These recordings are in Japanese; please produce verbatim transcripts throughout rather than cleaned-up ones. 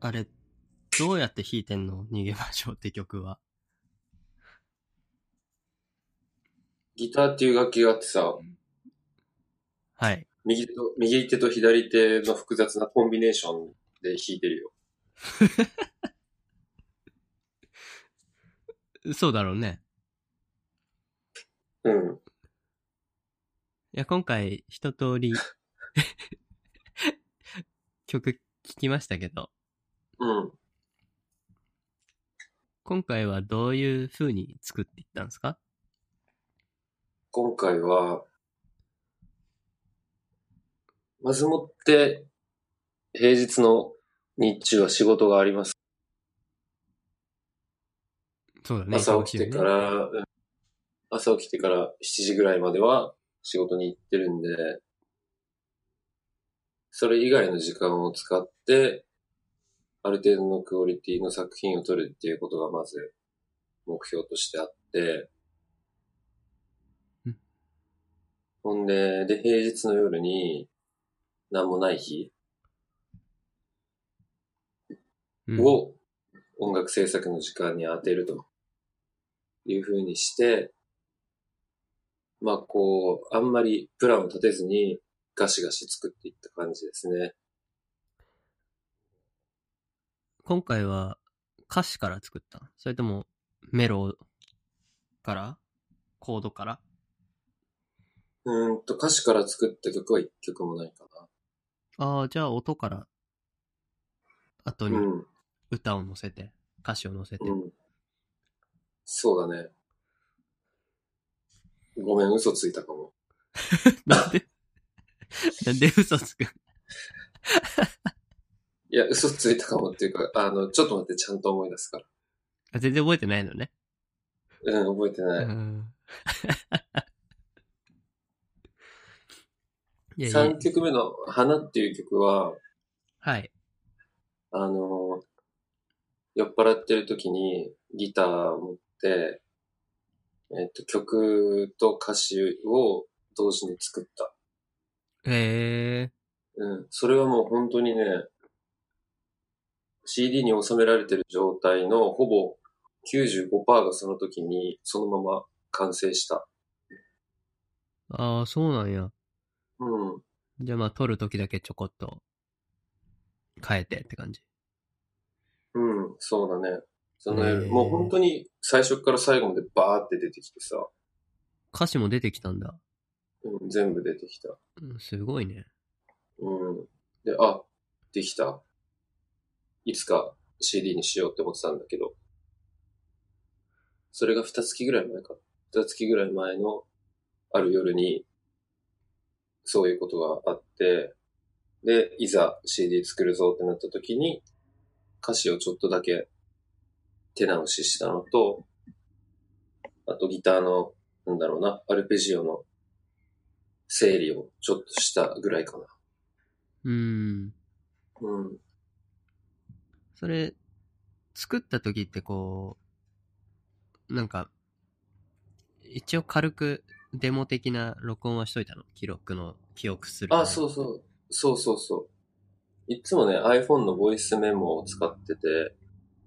あれ、どうやって弾いてんの？逃げましょうって曲は。 ギターっていう楽器があってさ、 はい。 右手と、右手と左手の複雑なコンビネーションで弾いてるよ。 そうだろうね。 うん。 いや、今回一通り曲聴きましたけど、 うん。 今回はどういう風に作っていったんですか？ 今回は、まずもって、平日の日中は仕事があります。 そうだね、 朝起きてか忙しいよね。 ら、うん朝起きてからしちじぐらいまでは仕事に行ってるんで、それ以外の時間を使って、ある程度のクオリティの作品を撮るっていうことがまず目標としてあって、 うん。 ほんで、で、平日の夜に何もない日うん。 を音楽制作の時間に当てるという風にして、まあこう、あんまりプランを立てずにガシガシ作っていった感じですね。 今回は歌詞から作った？それともメロからコードから？ うーんと、歌詞から作った曲は一曲もないかああ、じゃあ音から後な。うにん、 歌を乗せて、歌詞を乗せて。 うん。そうだね。ごめん、嘘ついたかも。 なんでなんで嘘つく？ いや、嘘ついたかもっていうか、あの、ちょっと待って、ちゃんと思い出すから。 あ、全然覚えてないのね。 うん、覚えてない。 うん。いやいや、 さんきょくめの花っていう曲は、 はい。 あの、酔っ払ってる時にギターを持って、えっと、曲と歌詞を同時に作った。 へえ。 うん。それはもう本当にね、シーディー に収められてる状態のほぼきゅうじゅうごパーセントがその時にそのまま完成した。 ああ、そうなんや。 うん。 じゃあまあ撮るときだけちょこっと変えてって感じ。 うん、そうだね。そへの、もう本え。 当に最初から最後までバーって出てきてさ、 歌詞も出てきたんだ。 うん、全部出てきた。 うん、すごいね。 うん。で、あ、できた。いつか シーディー にしようって思ってたんだけど、それがにかげつぐらい前か。にかげつぐらい前のある夜にそういうことがあって、で、いざ シーディー 作るぞってなった時に歌詞をちょっとだけ手直ししたのと、あとギターの、なんだろうな、アルペジオの整理をちょっとしたぐらいかな。 うーん。 うん。 それ、作った時ってこう、なんか、一応軽くデモ的な録音はしといたの？記録の、記憶するあ、 ために。 そうそう。そうそうそう。いつもね、iPhone のボイスメモを使ってて、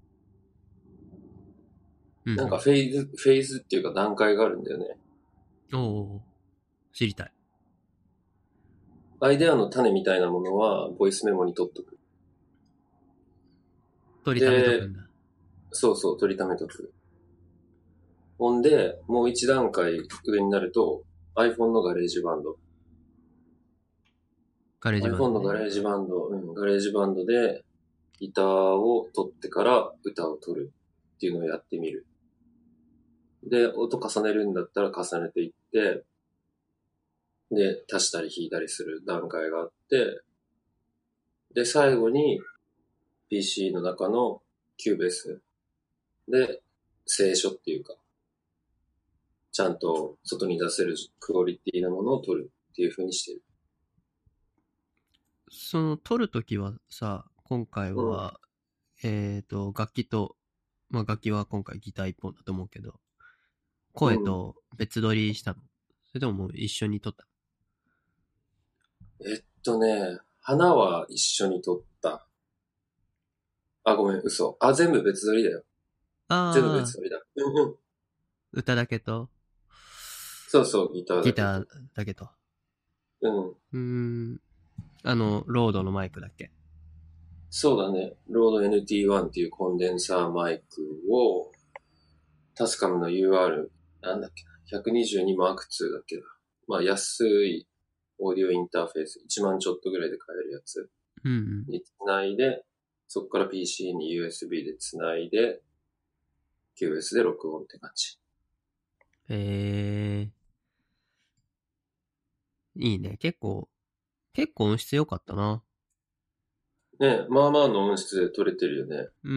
なんかうんフェーズ、フェーズっていうか段階があるんだよね。 うん。おー、知りたい。 アイデアの種みたいなものはボイスメモに取っとく。 取りためとくで、 んだ。 そうそう、取りためとく。ほんで、もう一段階上になると iPhone のガレージバンド。 ガレージバン iPhone ドね。 のガレージバンド、うん、ガレージバンドでギターを取ってから歌を取るっていうのをやってみる。で、音重ねるんだったら重ねていって、で、足したり引いたりする段階があって、で、最後に ピーシー の中のキューベースで、清書っていうか、ちゃんと外に出せるクオリティなものを取るっていう風にしてる。 その、撮るときはさ、今回うん。 は、えっと、楽器と、まあ楽器は今回ギター一本だと思うけど、 うん。 声と別撮りしたの？それとももう一緒に撮った？ えっとね、花は一緒に取った。 あ、ごめん、嘘。あ、全部別撮りだよ。全部ああ、 別撮りだ。うんうん。 歌だけと、 そうそう、ギターだけど。 ギターだけと。 うん。 うーん。あの、ロードのマイクだっけ？ そうだね。ロード エヌティーワン っていうコンデンサーマイクを、タスカムの ユーアール、なんだっけな、ひゃくにじゅうにマークツーだっけな。まあ、安いオーディオインターフェース、いちまんちょっとぐらいで買えるやつうんうん。 につないで、そこから ピーシー に ユーエスビー でつないで、キューエス で録音って感じ。 えー、いいね。結構、結構音質良かったな。 ね、まあまあの音質で撮れてるよね。 うん。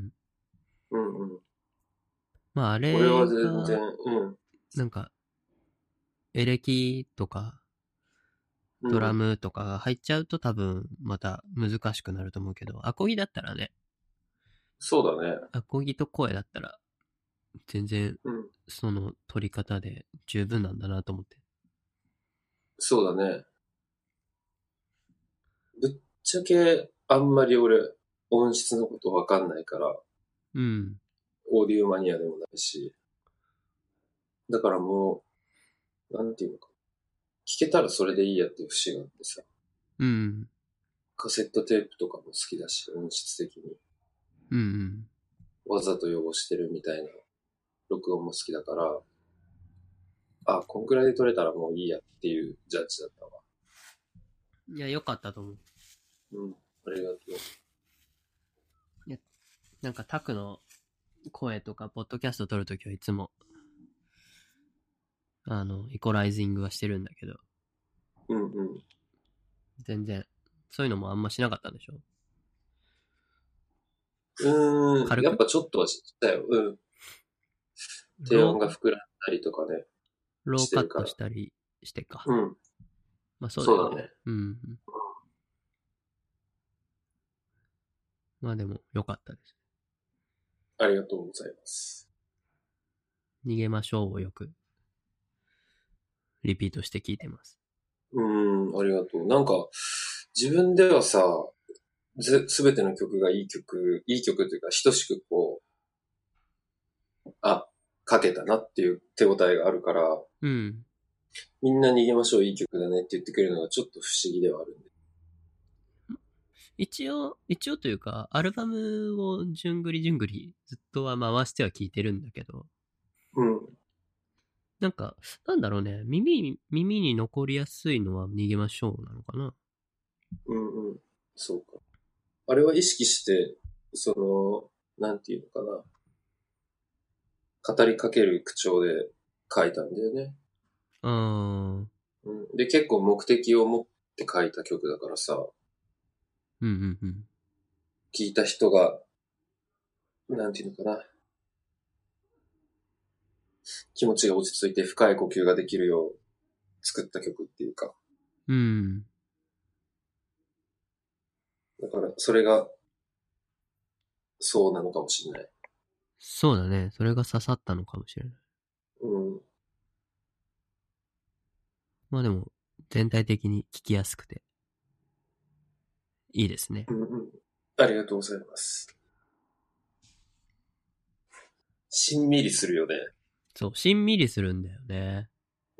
うんうん。 まあ、あこれはれ全然、 が、 うん。 なんか、エレキとか、ドラうん。 ムとかが入っちゃうと多分、また難しくなると思うけど、アコギだったらね、 そうだね。 アコギと声だったら、全然、 うん。 その取り方で十分なんだなと思って。 そうだね。ぶっちゃけ、あんまり俺、音質のことわかんないから、 うん。 オーディオマニアでもないし、だからもう、なんていうのか。聞けたらそれでいいやっていう節があってさ、 うん。 カセットテープとかも好きだし、音質的に。 うんうん。 わざと汚してるみたいな録音も好きだから、あ、こんくらいで撮れたらもういいやっていうジャッジだったわ。 いや、良かったと思う。 うん。ありがとう。 いや、なんかタクの声とか、ポッドキャスト撮るときはいつも、あの、イコライジングはしてるんだけど、 うんうん。 全然、そういうのもあんましなかったんでしょ？ うーん。 軽くやっぱちょっとはしたよ。うん。低ロー、 音が膨らんだりとかね、 ローカットしてるから。 したりしてか。 うん。 まあそうだよね。 そうだね。 うん。まあでも、良かったです。 ありがとうございます。 逃げましょうをよく、リピートして聞いてます。 うーん、ありがとう。なんか、自分ではさ、ぜ、すべての曲がいい曲、いい曲というか、等しくこう、あ、書けたなっていう手応えがあるから、 うん。 みんな逃げましょういい曲だねって言ってくれるのがちょっと不思議ではあるんで。 一応、一応というか、アルバムをじゅんぐりじゅんぐりずっとは回しては聞いてるんだけど、 うん。 なんか、なんだろうね、耳に、耳に残りやすいのは逃げましょうなのかな。 うんうん。そうか。あれは意識して、その、なんていうのかな。語りかける口調で書いたんだよね。 うーん。 うん。で、結構目的を持って書いた曲だからさ、 うんうんうん。 聞いた人が、なんていうのかな。気持ちが落ち着いて深い呼吸ができるよう作った曲っていうか。 うん。 だから、それが、そうなのかもしれない。 そうだね。それが刺さったのかもしれない。 うん。 まあでも、全体的に聞きやすくて、いいですね。 うんうん。ありがとうございます。しんみりするよね。 そう、しんみりするんだよね。 うん。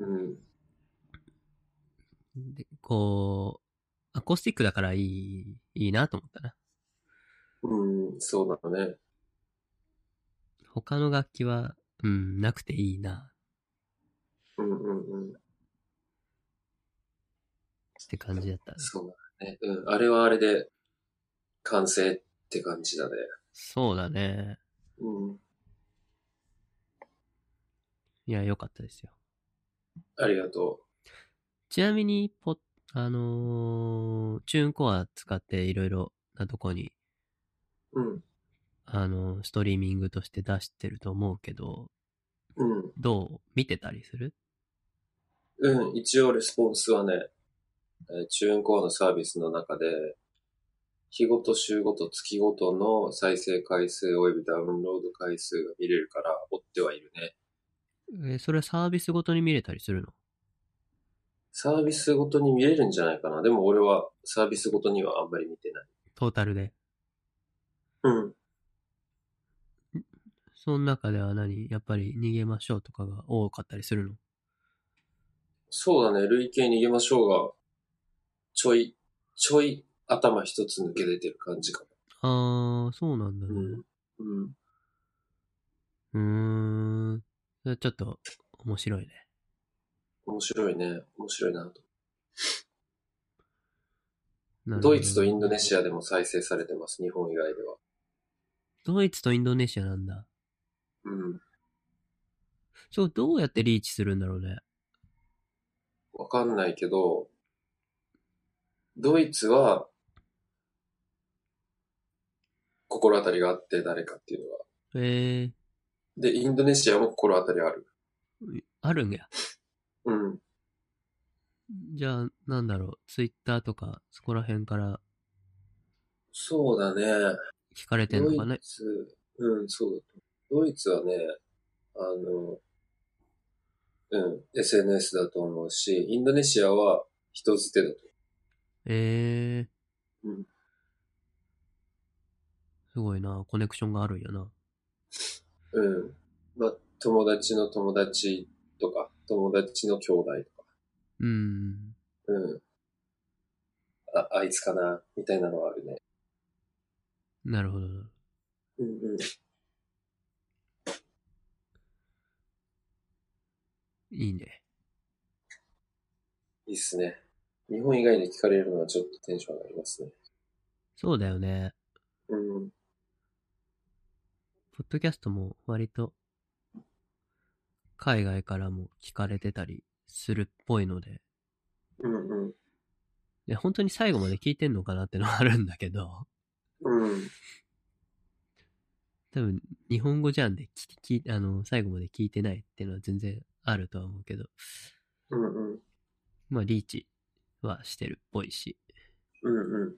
で、こう、アコースティックだからいい、いいなと思ったな。 うん、そうだね。 他の楽器は、うん、なくていいなうんうんうん。 って感じだったね。 そうだね。うん。あれはあれで完成って感じだね。 そうだね。 うん。 いや、良かったですよ。 ありがとちなみに、ポッ、あのーチューンコア使っていろいろなとこに、 う。うん。 あのーストリーミングとして出してると思うけど、 うん。 どう見てたりする？ うん。一応レスポンスはね、えーチューンコアのサービスの中で、日ごと、週ごと、月ごとの再生回数及びダウンロード回数が見れるから追ってはいるね。 えーそれはサービスごとに見れたりするの？ サービスごとに見れるんじゃないかな。でも俺はサービスごとにはあんまり見てない。 トータルで。 うん。 その中では何やっぱり逃げましょうとかが多かったりするの？ そうだね、累計逃げましょうが、ちょい、ちょい頭一つ抜け出てる感じかあー、そうなんだな。 ね。 うん。うん。 うーん。それちょっと面白いね。 面白いね。面白いなと。 なるほどね。 ドイツとインドネシアでも再生されてます、日本以外では。 ドイツとインドネシアなんだ。 うん。 そう、どうやってリーチするんだろうね。 わかんないけど、ドイツは心当たりがあって誰かっていうのは。 えで、インドネシアも心当たりある。 ー、あるんや。 うん。 じゃあ、なんだろう。ツイッターとか、そこら辺からそうだね。 聞かれてんドのかね。 イツ、うん、そうだと。ドイツはね、あの、うん、エスエヌエス だと思うし、インドネシアは人づてだと。 えー、 うん。 すごいな。コネクションがあるんやな。 うん。まあ、友達の友達とか、友達の兄弟とか、 うーん。 うん。あ、あいつかな、みたいなのはあるね。 なるほどな。 うんうん。 いいね。 いいっすね。日本以外で聞かれるのはちょっとテンション上がりますね。 そうだよね。 うん。 ポッドキャストも割と海外からも聞かれてたりするっぽいので、 うんうん。 で本当に最後まで聞いてんのかなってのはあるんだけど、 うん。 多分日本語じゃんで聞き、あの、最後まで聞いてないっていうのは全然あるとは思うけど、 うんうん。 まあリーチはしてるっぽいし、 うんうん。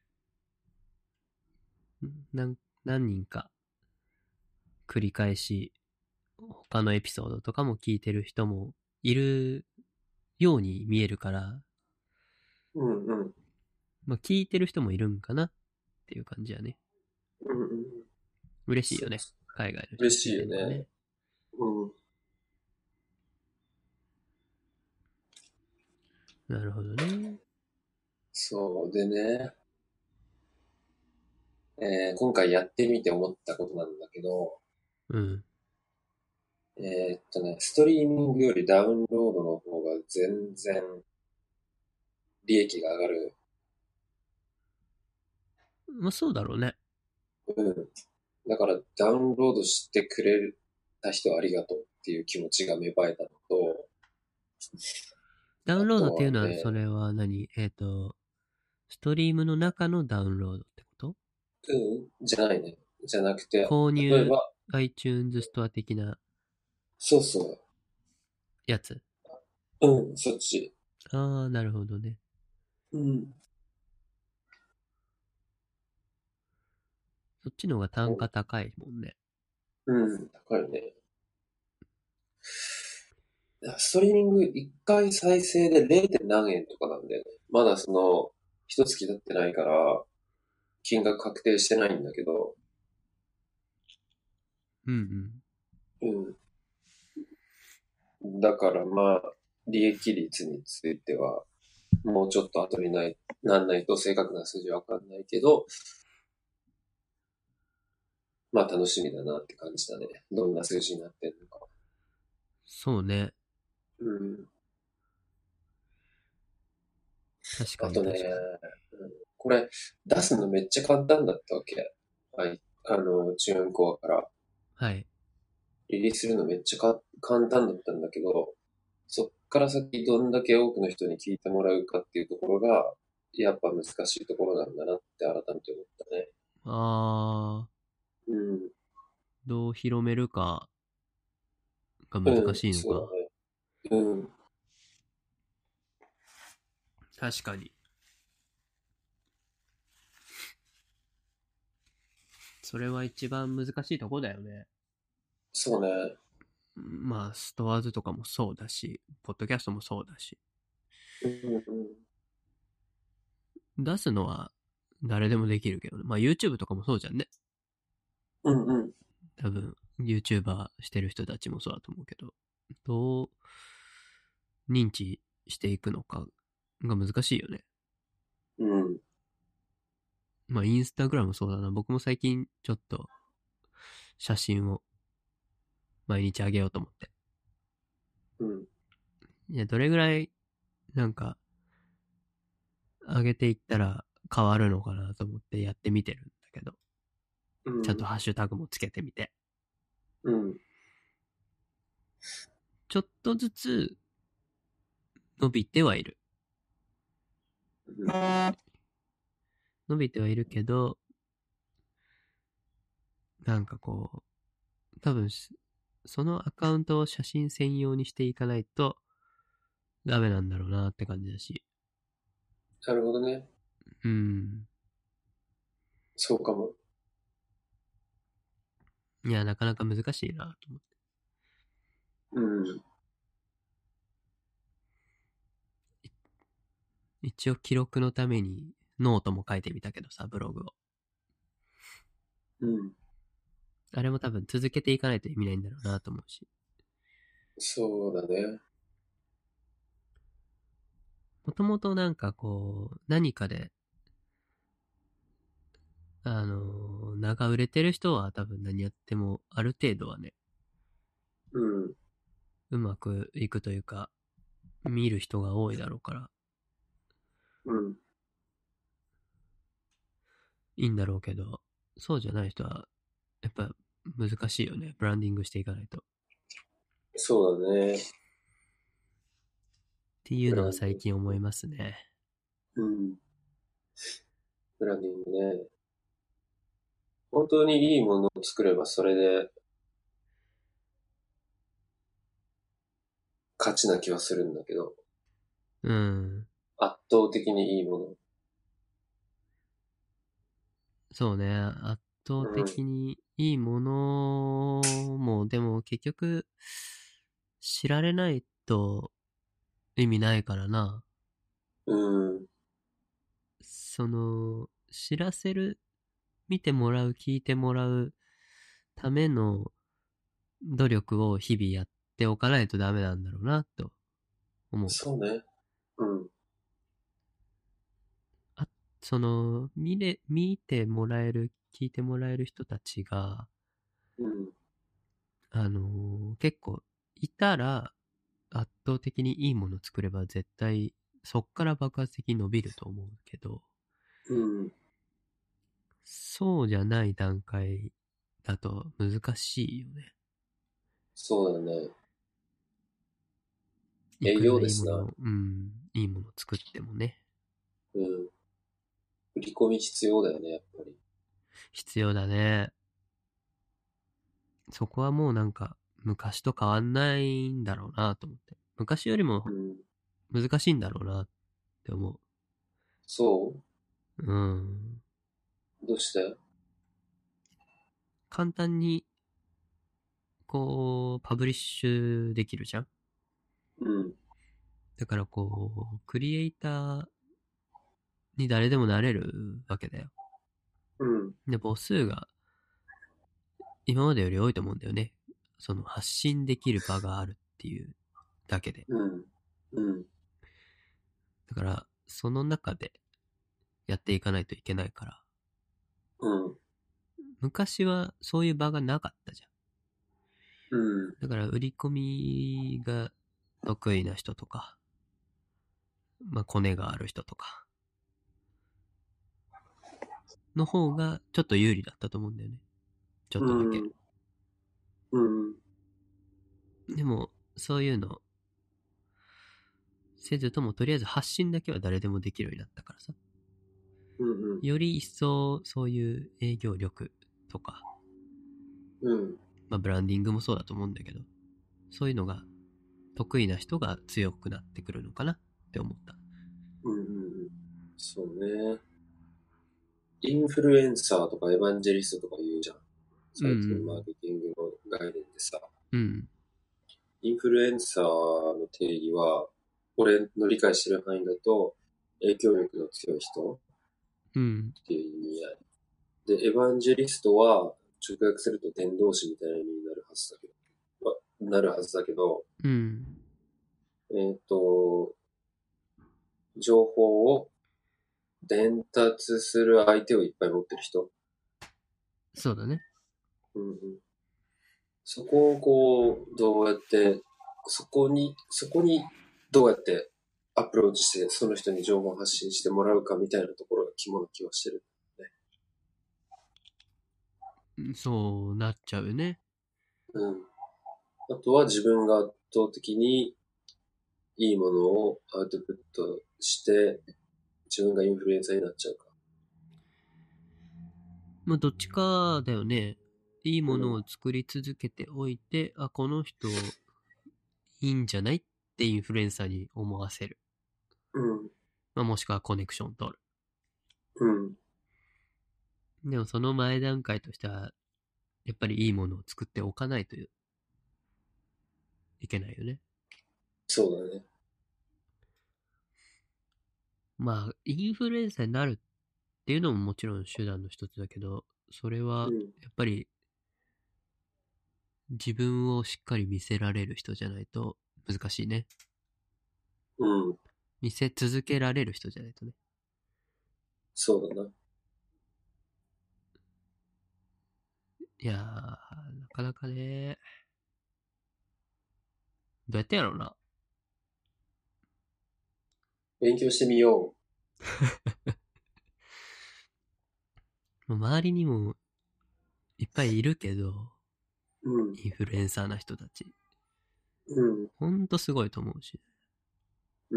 何何人か繰り返し他のエピソードとかも聞いてる人もいるように見えるから、 うんうん。 まあ聞いてる人もいるんかなっていう感じやね。 うんうん。 嬉しいよね。 そうそ海外のう。嬉人が聞いしいよね。 てるのはね。 うん。 なるほどね。 そうでね、えー今回やってみて思ったことなんだけど、 うん。 えーっとね、ストリーミングよりダウンロードの方が全然利益が上がる。 まあそうだろうね。 うん。だからダウンロードしてくれた人ありがとうっていう気持ちが芽生えたのと、 ダウンロードあとっていうのは、 はね、 それは何えっ、と、ストリームの中のダウンロードってこと？ うん、じゃないね。じゃなくて、 購入例えば、 iTunes ストア的なそうそやつ。 う。うん、そっち。 ああ、なるほどね。 うん。 そっちの方が単価高いもんね。 うん、高いね。ストリーミングいっかい再生で れい. 点何円とかなんだよね。まだその、一月経ってないから、金額確定してないんだけど、 うんうん。だからまあ、利益率については、もうちょっと後にないなんないと正確な数字はわかんないけど、まあ楽しみだなって感じだね。どんな数字になってんのか。 そうね。 うん。 確かあとね、 に確かに。 うんこれ出すのめっちゃ簡単だったわけ。はい。あの、チューンコアからはい。 リリースするのめっちゃか簡単だったんだけど、そっから先どんだけ多くの人に聞いてもらうかっていうところが、やっぱ難しいところなんだなって改めて思ったね。 あー、 うん。 どう広めるかが難うん、 しいのか。 そうだね。うん。 確かに。それは一番難しいとこだよね。 そうね。 まあ、ストアーズとかもそうだし、ポッドキャストもそうだし。 うんうん出すのは誰でもできるけどね。まあ YouTube とかもそうじゃんね。 うんうん。 多分、 YouTuber してる人たちもそうだと思うけど、どう認知していくのかが難しいよね。 うん。 まあ、インスタグラムそうだな。僕も最近ちょっと写真を毎日あげようと思って。 うん。 いや、どれぐらいなんか上げていったら変わるのかなと思ってやってみてるんだけど、 うん。 ちゃんとハッシュタグもつけてみて。 うん。 ちょっとずつ伸びてはいる。 うん。 伸びてはいるけど、なんかこう、多分、そのアカウントを写真専用にしていかないとダメなんだろうなって感じだし。 なるほどね。 うん。 そうかも。 いや、なかなか難しいなと思って。 うん。 一応記録のためにノートも書いてみたけどさ、ブログを。 うん。 あれも多分続けていかないと意味ないんだろうなと思うし。 そうだね。 もともとなんかこう、何かで、あのー名が売れてる人は多分何やってもある程度はね、 うん。 うまくいくというか、見る人が多いだろうから、 うん。 いいんだろうけど、そうじゃない人は、やっぱ難しいよね。ブランディングしていかないと。っそうだね。 ていうのはブランディン最近思グ。 いますね。 うん。ブランディングね。本当にいいものを作ればそれで勝ちな気はするんだけど、 うん。 圧倒的にいいもの。 そうね。圧倒うん。 的にいいものも、でも結局、知られないと意味ないからな。 うん。 その、知らせる、見てもらう、聞いてもらうための努力を日々やっておかないとダメなんだろうな、と思う。 そうね。うん。 あ、その、見れ、見てもらえる、聞いてもらえる人たちが、 うん。 あのー結構いたら、圧倒的にいいもの作れば絶対、そっから爆発的に伸びると思うけど、 うん。 そうじゃない段階だと難しいよね。 そうだね。営いくら業ですな。 いいもの、うん、いいもの作ってもね。 うん。振り込み必要だよね、やっぱり。 必要だね。そこはもうなんか、昔と変わんないんだろうなと思って。昔よりもうん。 難しいんだろうなって思そう。うん。 うどうして？ 簡単に、こう、パブリッシュできるじゃん。 うん。 だからこう、クリエイターに誰でもなれるわけだよ。 うん。 で、母数が今までより多いと思うんだよね。その発信できる場があるっていうだけで。 うん。うん。 だから、その中でやっていかないといけないから。 うん。 昔はそういう場がなかったじゃん。 うん。 だから売り込みが得意な人とか、まあコネがある人とかの方がちょっと有利だったと思うんだよね。ちょっうとだけ。 ん。うん。 でも、そういうのせずともとりあえず発信だけは誰でもできるようになったからさ。 うん。 より一層そういう営業力とか、 うん。 まあブランディングもそうだと思うんだけど、そういうのが得意な人が強くなってくるのかなって思った。 うん。うん。そうね。インフルエンサーとかエヴァンジェリストとか言うじゃん。 うんう最近マーんケティングの概念でさ。 うん。うん。 インフルエンサーの定義は、俺の理解してる範囲だと、影響力の強い人うん。 っていう意味合い。で、エヴァンジェリストは、 直訳すると伝道師みたいな意味になるはずだけど、まなるはずだけど、 うん。 えっ、と、情報を伝達する相手をいっぱい持ってる人。 そうだね。 うんうん、そこをこう、どうやって、そこに、そこにどうやってアプローチして、その人に情報を発信してもらうかみたいなところが肝な気はしてる。 うんそうなっちゃうね。 うん。あとは自分が圧倒的にいいものをアウトプットして、自分がインフルエンサーになっちゃうか。 まあ、どっちかだよね。いいものうん。 を作り続けておいて、あ、この人いいんじゃないってインフルエンサーに思わせる。 うん。 まあ、もしくはコネクション取る。 うん。 でもその前段階としては、やっぱりいいものを作っておかないといけないよね。 そうだね。 まあ、インフルエンサーになるっていうのももちろん手段の一つだけど、それはうん。 やっぱり自分をしっかり見せられる人じゃないと難しいね。 うん。 見せ続けられる人じゃないとね。 そうだな。 いやー、なかなかね、どうやってやろうな。 勉強してみよ周りにもいっぱいいるけど、 う。うん。 インフルエンサーな人たち。 うん。 ほんとすごいと思うし。 うん。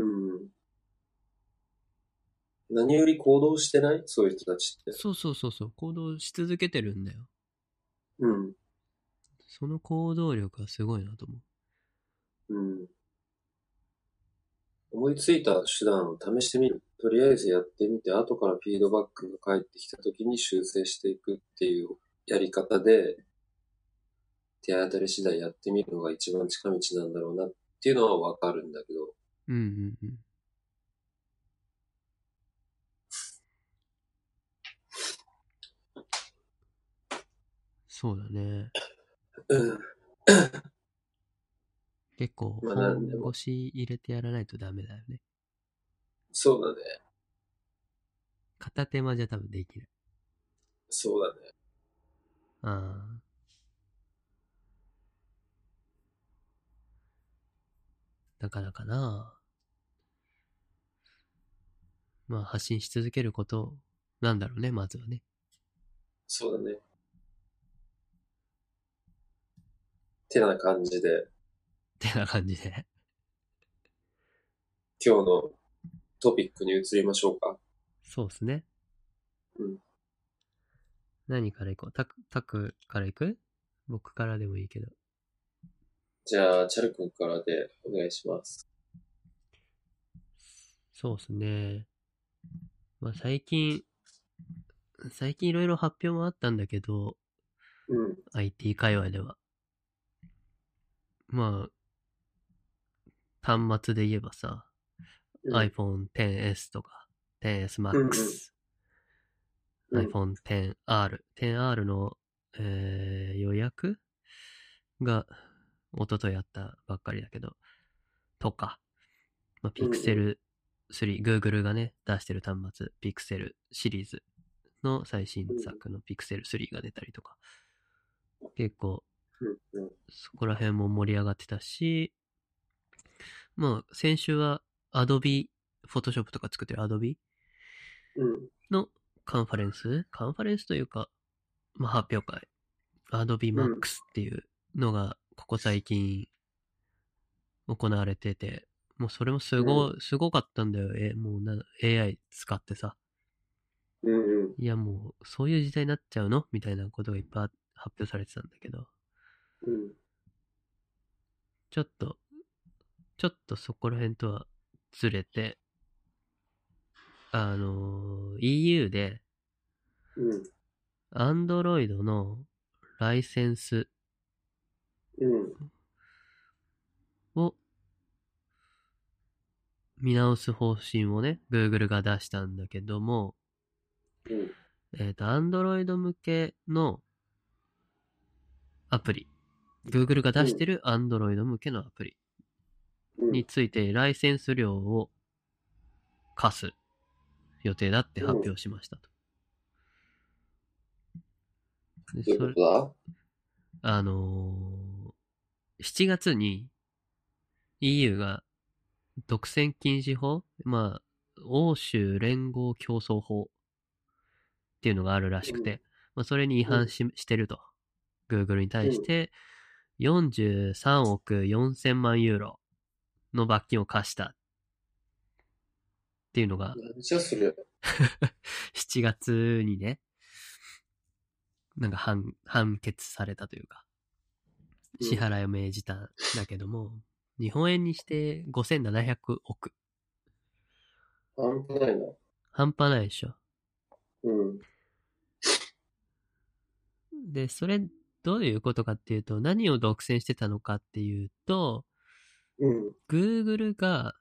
何より行動してないそういう人たちって。 そうそうそうそう、行動し続けてるんだよ。 うん。 その行動力はすごいなと思う。 うん。思いついた手段を試してみる。とりあえずやってみて、後からフィードバックが返ってきた時に修正していくっていうやり方で、手当たり次第やってみるのが一番近道なんだろうなっていうのはわかるんだけど。 うんうんうん。そうだね。 うん。 結構まあなんでも。 本腰入れてやらないとダメだよね。 そうだね。 片手間じゃ多分できない。 そうだね。 ああ。なかなかな。まあ発信し続けることなんだろうね、まずはね。 そうだね。てな感じで、 ってな感じで。 今日のトピックに移りましょうか。 そうっすね。 うん。 何から行こう。タク、タクから行く？僕からでもいいけど。 じゃあ、チャル君からでお願いします。 そうっすね。まあ最近、最近いろいろ発表もあったんだけど、 うん。 アイティー 界隈では。まあ、端末で言えばさ、 うん。 iPhone テンエス とか、テンエスうん。 Max、 うん。 iPhone テンアール、テンアール の、えー、予約が、一昨日あったばっかりだけど、とか、まあ、 うん。うん。 Pixel スリー、Google がね、出してる端末、Pixel シリーズの最新作の Pixel スリーが出たりとか、結構、 うん。 そこら辺も盛り上がってたし、まあ、先週は Adobe、Photoshop とか作ってる Adobe うん。 のカンファレンスカンファレンスというか、まあ、発表会。Adobe うん。 Max っていうのが、ここ最近行われてて、もうそれもすうん。 ご、すごかったんだよ。え、もうな、エーアイ 使ってさ。 うん。 いやもう、そういう時代になっちゃうのみたいなことがいっぱい発表されてたんだけど、 うん。 ちょっと、ちょっとそこら辺とはずれて、あのー、イーユー で、 うん。 Android のライセンスうん。 を見直す方針をね、Google が出したんだけども、 うん。 えっと、Android 向けのアプリ、Google が出してる Android 向けのアプリについてライセンス料を課す予定だって発表しましたと。 どういうことだ？ あのー、しちがつに イーユー が独占禁止法、まあ、欧州連合競争法っていうのがあるらしくて、うん、まあ、それに違反 し,、うん、してると。Google に対してよんじゅうさんおくよんせんまんユーロの罰金を課したっていうのが、 何じゃそれしちがつにね、なんか判判決されたというか、支払いを命じたんだけども、うん、日本円にしてごせんななひゃくおく。 半端ないな。 半端ないでしょ。 うん。 で、それ、どういうことかっていうと、何を独占してたのかっていうと、 うん、 Google が、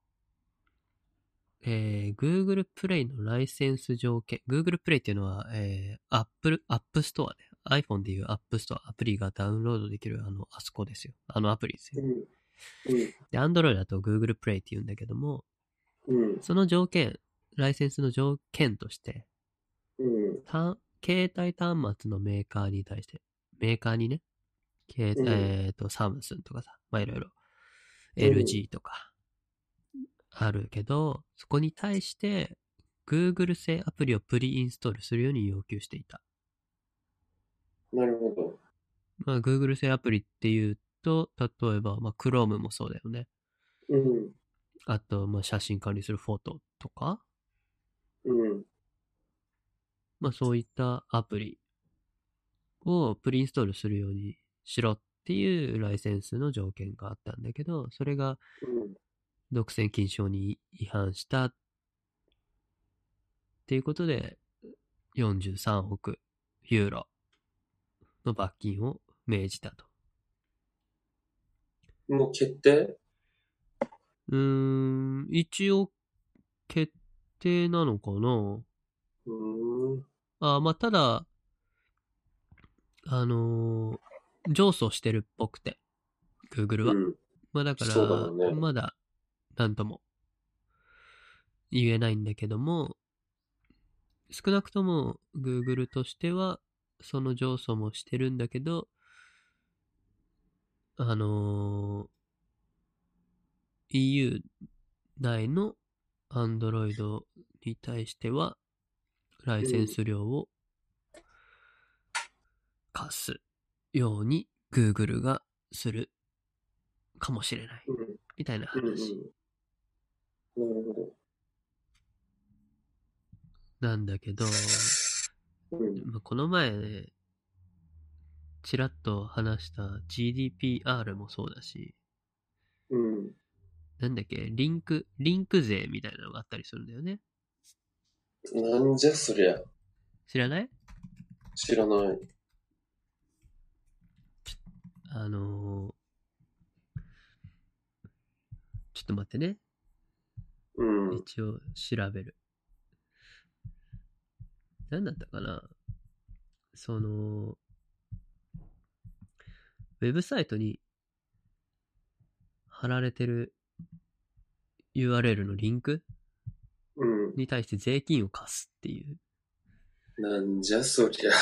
えー、Google Play のライセンス条件、Google Play っていうのは、えー、Apple、App Store ね。iPhone でいう App Store、アプリがダウンロードできる、あの、あそこですよ。あのアプリですよ。うん。うん、で、Android だと Google Play って言うんだけども、うん、その条件、ライセンスの条件として、うん、携帯端末のメーカーに対して、メーカーにね、うん、えっと、サムスンとかさ、まあいろいろ、エルジー とか、あるけど、そこに対して、Google 製アプリをプリインストールするように要求していた。 なるほど。 まあ、Google 製アプリっていうと、例えば、まあ、Chrome もそうだよね。うん。あと、まあ、写真管理するフォトとか。うん。まあ、そういったアプリをプリインストールするようにしろっていうライセンスの条件があったんだけど、それが、独占禁止法に違反したっていうことで、よんじゅうさんおくユーロの罰金を命じたと。 もう決定？ うーん、一応決定なのかな。うーん。あ、まあ、ただ、あのー、上訴してるっぽくて、Google は。うん、まあだから、ね、まだ、なんとも言えないんだけども、少なくとも Google としては、その上訴もしてるんだけど、あのー、イーユー 内の Android に対しては、ライセンス料を課すように Google がするかもしれない。みたいな話。 うんうん、なるほど。 なんだけど、うん、この前、ね、ちらっと話した ジーディーピーアール もそうだし、うん、なんだっけ、リンク、リンク税みたいなのがあったりするんだよね。 なんじゃそりゃ。 知らない？ 知らない。 あのー、ちょっと待ってね。うん。一応調べる。なんだったかな？その、ウェブサイトに貼られてる ユーアールエル のリンク、うん、に対して税金を課すっていう。 なんじゃそりゃ。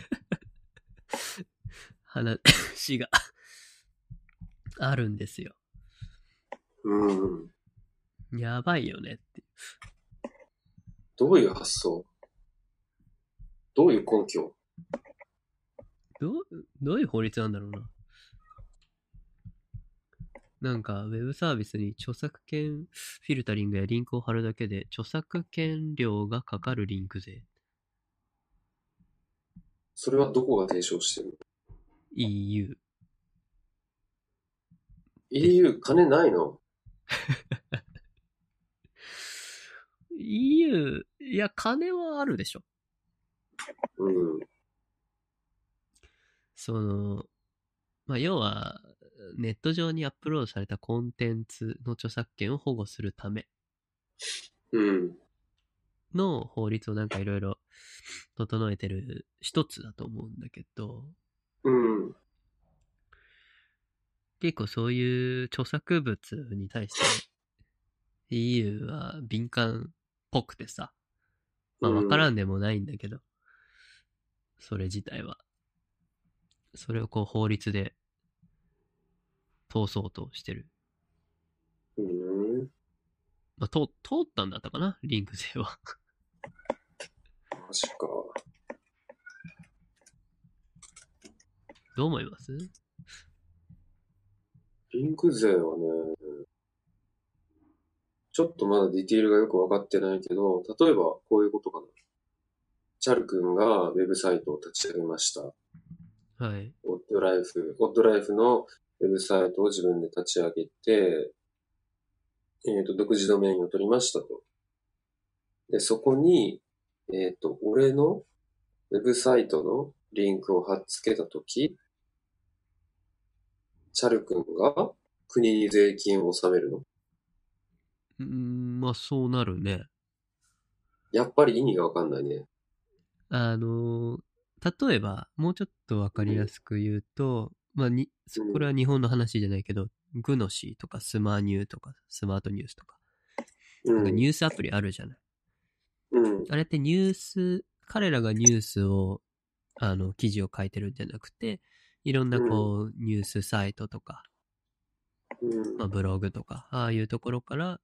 話があるんですよ。うん。やばいよねって。 どういう発想？どういう根拠？ どう、どういう法律なんだろうな。なんか、ウェブサービスに著作権フィルタリングやリンクを貼るだけで、著作権料がかかるリンク税。 それはどこが提唱してるの？ イーユー。 イーユー 金ないの？ イーユー、いや、金はあるでしょ。うん。その、まあ、要は、ネット上にアップロードされたコンテンツの著作権を保護するため。うん。の法律をなんかいろいろ整えてる一つだと思うんだけど。うん。 結構そういう著作物に対して イーユー は敏感っぽくてさ、まあわからんでもないんだけど、それ自体は。それをこう法律で通そうとしてる。 うん。 まあ、通、通ったんだったかなリンク税は。 マジか。 どう思います？ リンク税はね、ちょっとまだディティールがよくわかってないけど、例えばこういうことかな。チャル君がウェブサイトを立ち上げました。 はい。 オッドライフ、オッドライフのウェブサイトを自分で立ち上げて、えっ、と、独自ドメインを取りましたと。で、そこに、えっ、と、俺のウェブサイトのリンクを貼っ付けたとき、チャル君が国に税金を納めるの？ うーん、まあそうなるね。 やっぱり意味がわかんないね。 あの、例えば、もうちょっとわかりやすく言うと、まあに、 うん、 これは日本の話じゃないけど、グノシーとかスマニューとかスマートニュースとか、なんかうん、 ニュースアプリあるじゃない。 うん、 あれってニュース、彼らがニュースを、あの、記事を書いてるんじゃなくて、いろんなうん、 こう、ニュースサイトとか、 うん、 まあブログとか、ああいうところから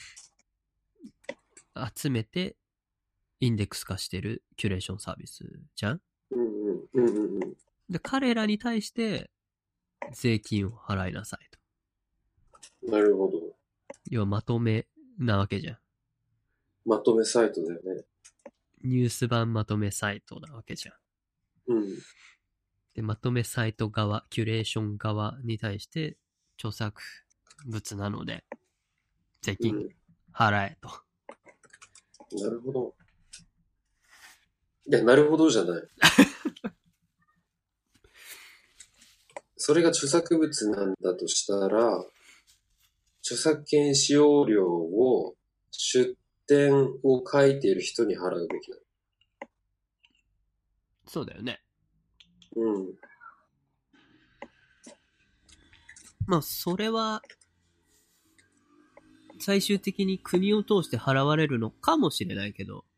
集めて、インデックス化してるキュレーションサービスじゃん。 うん、うん、うん、うん。 で、彼らに対して税金を払いなさいと。 なるほど。 要はまとめなわけじゃん。 まとめサイトだよね。 ニュース版まとめサイトなわけじゃん。 うん、 で、まとめサイト側、キュレーション側に対して著作物なので税金うん。 払えと。 なるほど。いや、なるほどじゃない。それが著作物なんだとしたら、著作権使用料を出典を書いている人に払うべきなそうだよね。 の。うん。 まあ、それは最終的に国を通して払われるのかもしれないけど、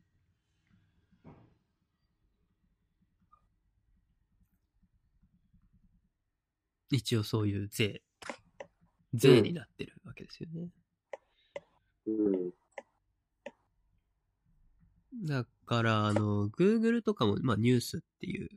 一応そういう税、税になってるわけですよね。 うん。 だから、あの、Google とかも、まあ、ニュースっていう、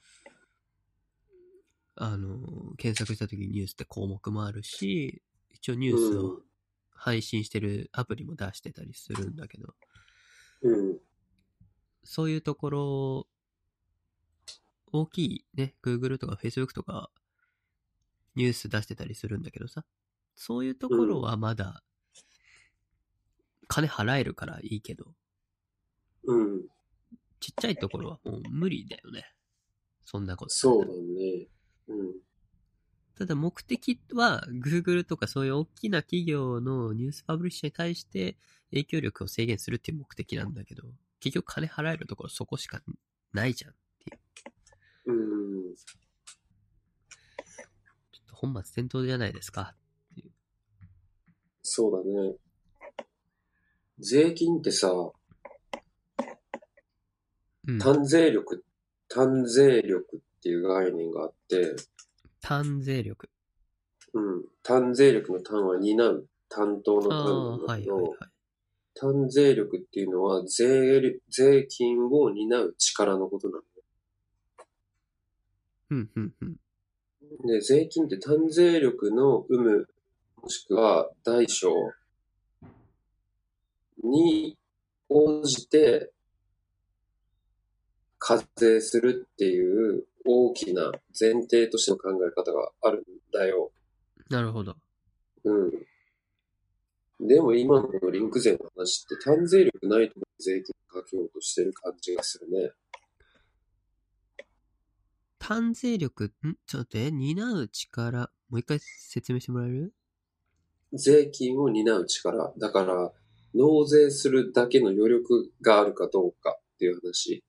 あの、検索した時にニュースって項目もあるし、一応ニュースを配信してるアプリも出してたりするんだけど、 うん。 そういうところ、大きいね、Google とか Facebook とかニュース出してたりするんだけどさ、そういうところはまだ、金払えるからいいけど、 うん。 ちっちゃいところはもう無理だよね。そんなことされそうだたら。 ね。うん。 ただ目的は Google とかそういう大きな企業のニュースパブリッシャーに対して影響力を制限するっていう目的なんだけど、結局金払えるところそこしかないじゃんっていう。 うん。 ちょっと本末転倒じゃないですかっていう。 そうだね。税金ってさ、 うん。 単税力、単税力っていう概念があって、 単税力。 うん。単税力の単は担う、担当の単なああ、 んだはいはいはい。 けど、単税力っていうのは税、税金を担う力のことなの。 うんうんうん。 で、税金って単税力の有無、もしくは大小に応じて課税するっていう大きな前提としての考え方があるんだよ。 なるほど。 うん。でも今のこのリンク税の話って単税力ないところに税金かけようとしてる感じがするね。 単税力、んちょっと待って、担う力、もう一回説明してもらえる？ 税金を担う力。だから、納税するだけの余力があるかどうかっていう話。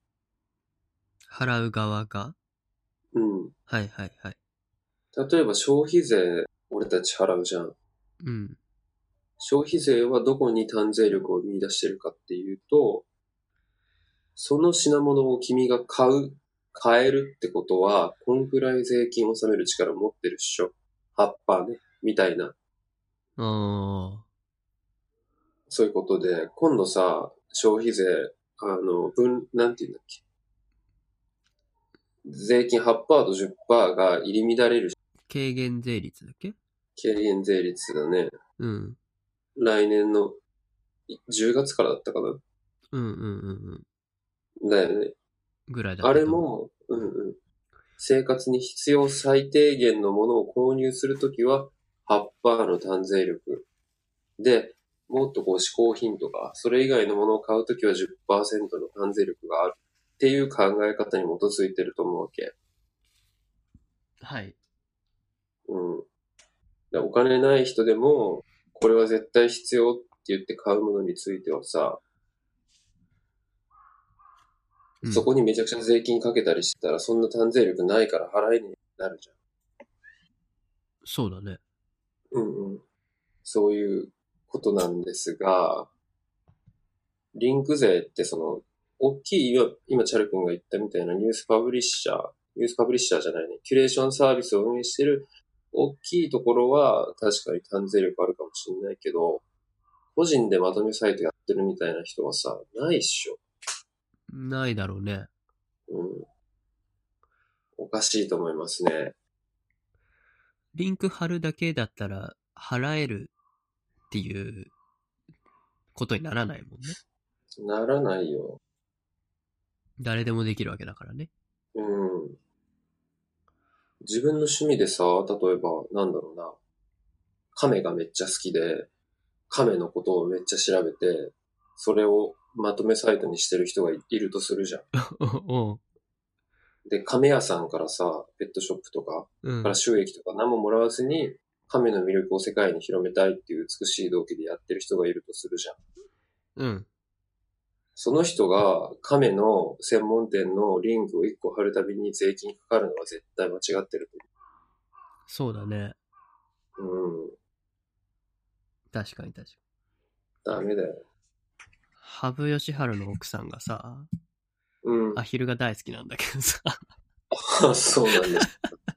払う側が。 うん。 はいはいはい。 例えば消費税俺たち払うじゃん。 うん。 消費税はどこに単税力を見出してるかっていうと、その品物を君が買う、買えるってことは、こんくらい税金を納める力持ってるっしょ。はちパーセントね。みたいな。 ああ。 そういうことで、今度さ、消費税、あの、分、なんて言うんだっけ。税金はちパーセントとじゅっパーセントが入り乱れる軽減税率だっけ？ 軽減税率だね。 うん。 来年のじゅうがつからだったかな。 うんうんうんだよね。 うん。ぐらいだっあたと思う。 れも、うんうん。生活に必要最低限のものを購入するときははちパーセントの単税力。で、もっとこう嗜好品とか、それ以外のものを買うときはじゅっパーセントの単税力があるっていう考え方に基づいてると思うわけ。 はい。 うん。でお金ない人でも、これは絶対必要って言って買うものについてはさ、 うん、 そこにめちゃくちゃ税金かけたりしたら、そんな単税力ないから払えになるじゃん。 そうだね。 うんうん。そういうことなんですが、リンク税ってその、大きい、今、今チャル君が言ったみたいなニュースパブリッシャー、ニュースパブリッシャーじゃないね、キュレーションサービスを運営してる大きいところは確かに単税力あるかもしれないけど、個人でまとめサイトやってるみたいな人はさ、ないっしょ。 ないだろうね。 うん。おかしいと思いますね。 リンク貼るだけだったら払えるっていうことにならないもんね。 ならないよ。 誰でもできるわけだからね。 うん。自分の趣味でさ、例えば、なんだろうな。亀がめっちゃ好きで、亀のことをめっちゃ調べて、それをまとめサイトにしてる人がいるとするじゃん。 おう。 で、亀屋さんからさ、ペットショップとかうん。 から収益とか何ももらわずに、亀の魅力を世界に広めたいっていう美しい動機でやってる人がいるとするじゃん。 うん。 その人が亀の専門店のリンクをいっこ貼るたびに税金かかるのは絶対間違ってるそうだね。 と思う。うん。 確かに確かに。 ダメだよ。 羽生善治の奥さんがさ、 うん。 アヒルが大好きなんだけどさ、 あ、そうなんだ。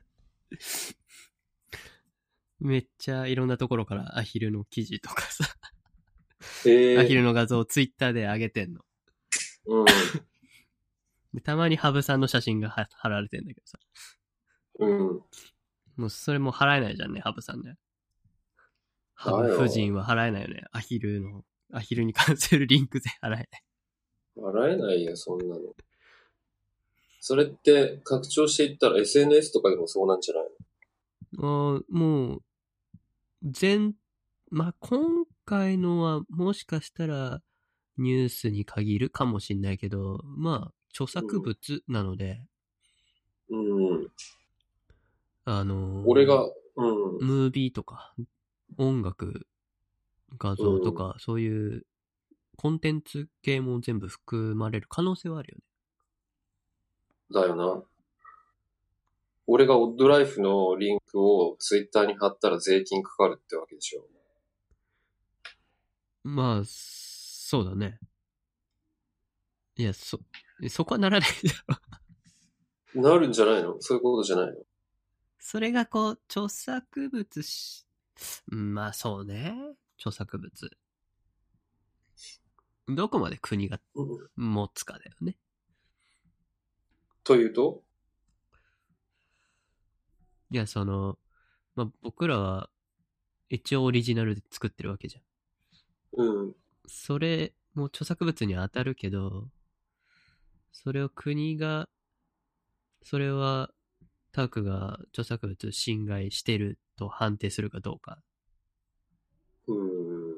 めっちゃいろんなところからアヒルの記事とかさ、 ええアヒルの画像をツイッターで上げてんの。 うん。 でたまに羽生さんの写真がは貼られてんだけどさ、 うん。 もうそれも払えないじゃんね、羽生さんね。羽だ生夫人よ。 は払えないよね。アヒルの、アヒルに関するリンク税払えない。 笑えないよ、そんなの。それって拡張していったら エスエヌエス とかでもそうなんじゃないあーもう、全、まあ、今回のはもしかしたらニュースに限るかもしんないけど、まあ、著作物なので、 の？うん。 あの俺が、 ーうん。 ムービーとか、音楽、画像とうん。 か、そういうコンテンツ系も全部含まれる可能性はあるよね。 だよな。俺がオッドライフのリンクをツイッターに貼ったら税金かかるってわけでしょ。 まあ、そうだね。いや、そ、そこはならないだろ。 なるんじゃないの？そういうことじゃないの？ それがこう、著作物し、うんまあそうね。著作物。どこまで国がうん。 持つかだよね。 というと？ いや、その、まあ僕らは一応オリジナルで作ってるわけじゃん。 うん。 それも著作物に当たるけど、それを国が、それはタクが著作物侵害してると判定するかどうかうん。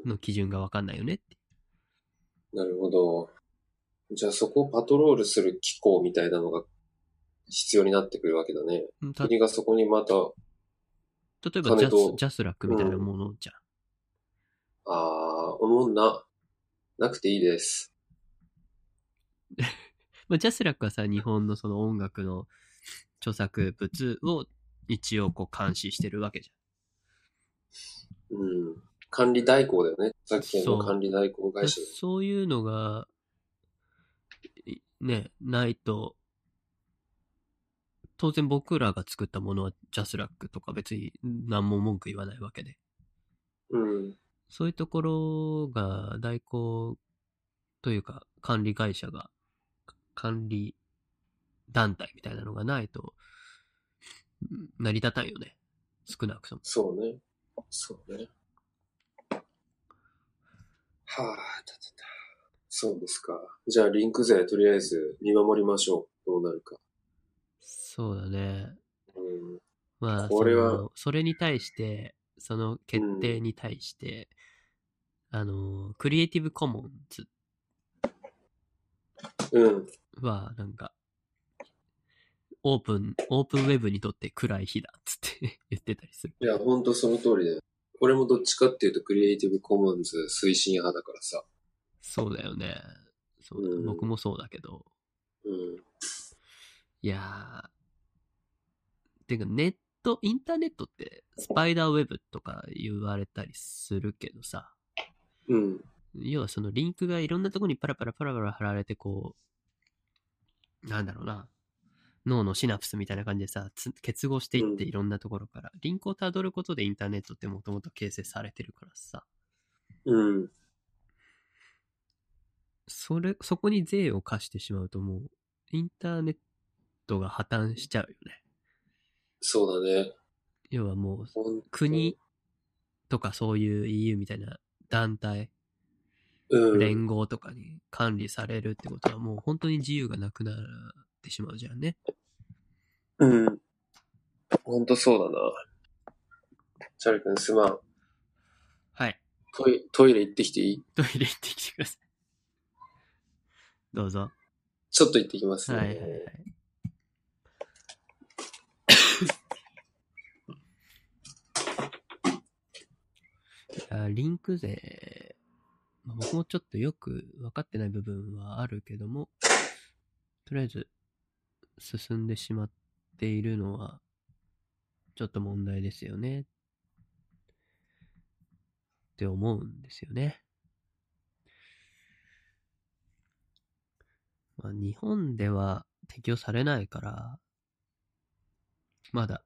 の基準がわかんないよねって。 なるほど。じゃあそこをパトロールする機構みたいなのが必要になってくるわけだね。 た国がそこにまた例えばジャス、 金と、 ジャスラックみたいなうん。 ものじゃん。 ああ、思んな。なくていいです。 まあ、ジャスラックはさ、日本のその音楽の著作物を一応こう監視してるわけじうん。管理代行だよね。著作権のそう管理代行会社だよ。 そういうのが、いね、ないと、当然僕らが作ったものはジャスラックとか別に何も文句言わないわけで。 うん。 そういうところが代行というか管理会社が、管理団体みたいなのがないと成り立たんよね。少なくとも。 そうね。そうね。はあ、たたた。そうですか。じゃあ、リンク税とりあえず見守りましょう。どうなるか。 そうだね。 うん。 まあ、 これは、 その、それに対して、その決うん。 定に対して、あの、クリエイティブコモンズうん。 は、なんか、オープン、オープンウェブにとって暗い日だっつって言ってたりする。 いや、ほんとその通りだよ。俺もどっちかっていうと、クリエイティブコモンズ推進派だからさ。 そうだよね。そうだ。 うん。 僕もそうだけど。 うん。 いやー、てかネット、インターネットってスパイダーウェブとか言われたりするけどさ、 うん。 要はそのリンクがいろんなところにパラパラパラパラ貼られてこう、なんだろうな、脳のシナプスみたいな感じでさ、結合していっていろんなところから、リンクをたどることでインターネットってもともと形成されてるからさ、 うん。 それ、そこに税を課してしまうともう、インターネットが破綻しちゃうよね。 そうだね。 要はもう、 ほんと。 国とかそういう イーユー みたいな団体、 うん。 連合とかに管理されるってことはもう本当に自由がなくなってしまうじゃんね。 うん。ほんとそうだな。チャーリー君すまん。 はい。 トイトイレ行ってきていい？ トイレ行ってきてください。どうぞ。 ちょっと行ってきますね。 はいはいはい。あリンク税、まあ、僕もちょっとよく分かってない部分はあるけども、とりあえず進んでしまっているのはちょっと問題ですよねって思うんですよね。まあ、日本では適用されないから、まだ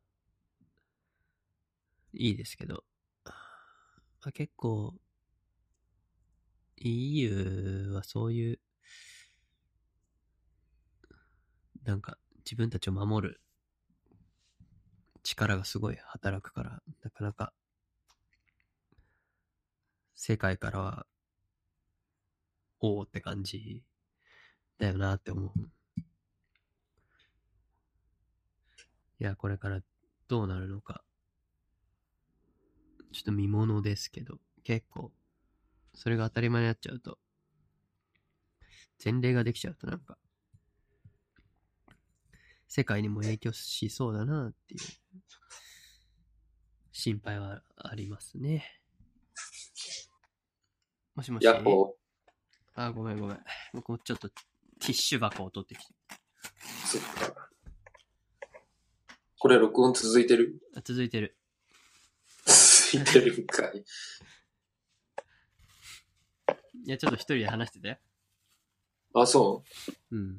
いいですけど、まあ、結構 イーユー はそういうなんか自分たちを守る力がすごい働くから、なかなか世界からはおーって感じだよなって思う。いや、これからどうなるのか、ちょっと見ものですけど、結構、それが当たり前になっちゃうと、前例ができちゃうとなんか、世界にも影響しそうだなっていう心配はありますね。もしもし。 やっほあ、ごめんごめん。僕もちょっとティッシュ箱を取ってきて。 そっか。これ録音続いてる？ あ続いてる。 続いてるんかい。 いや、ちょっと一人で話してて。 あ、そううん。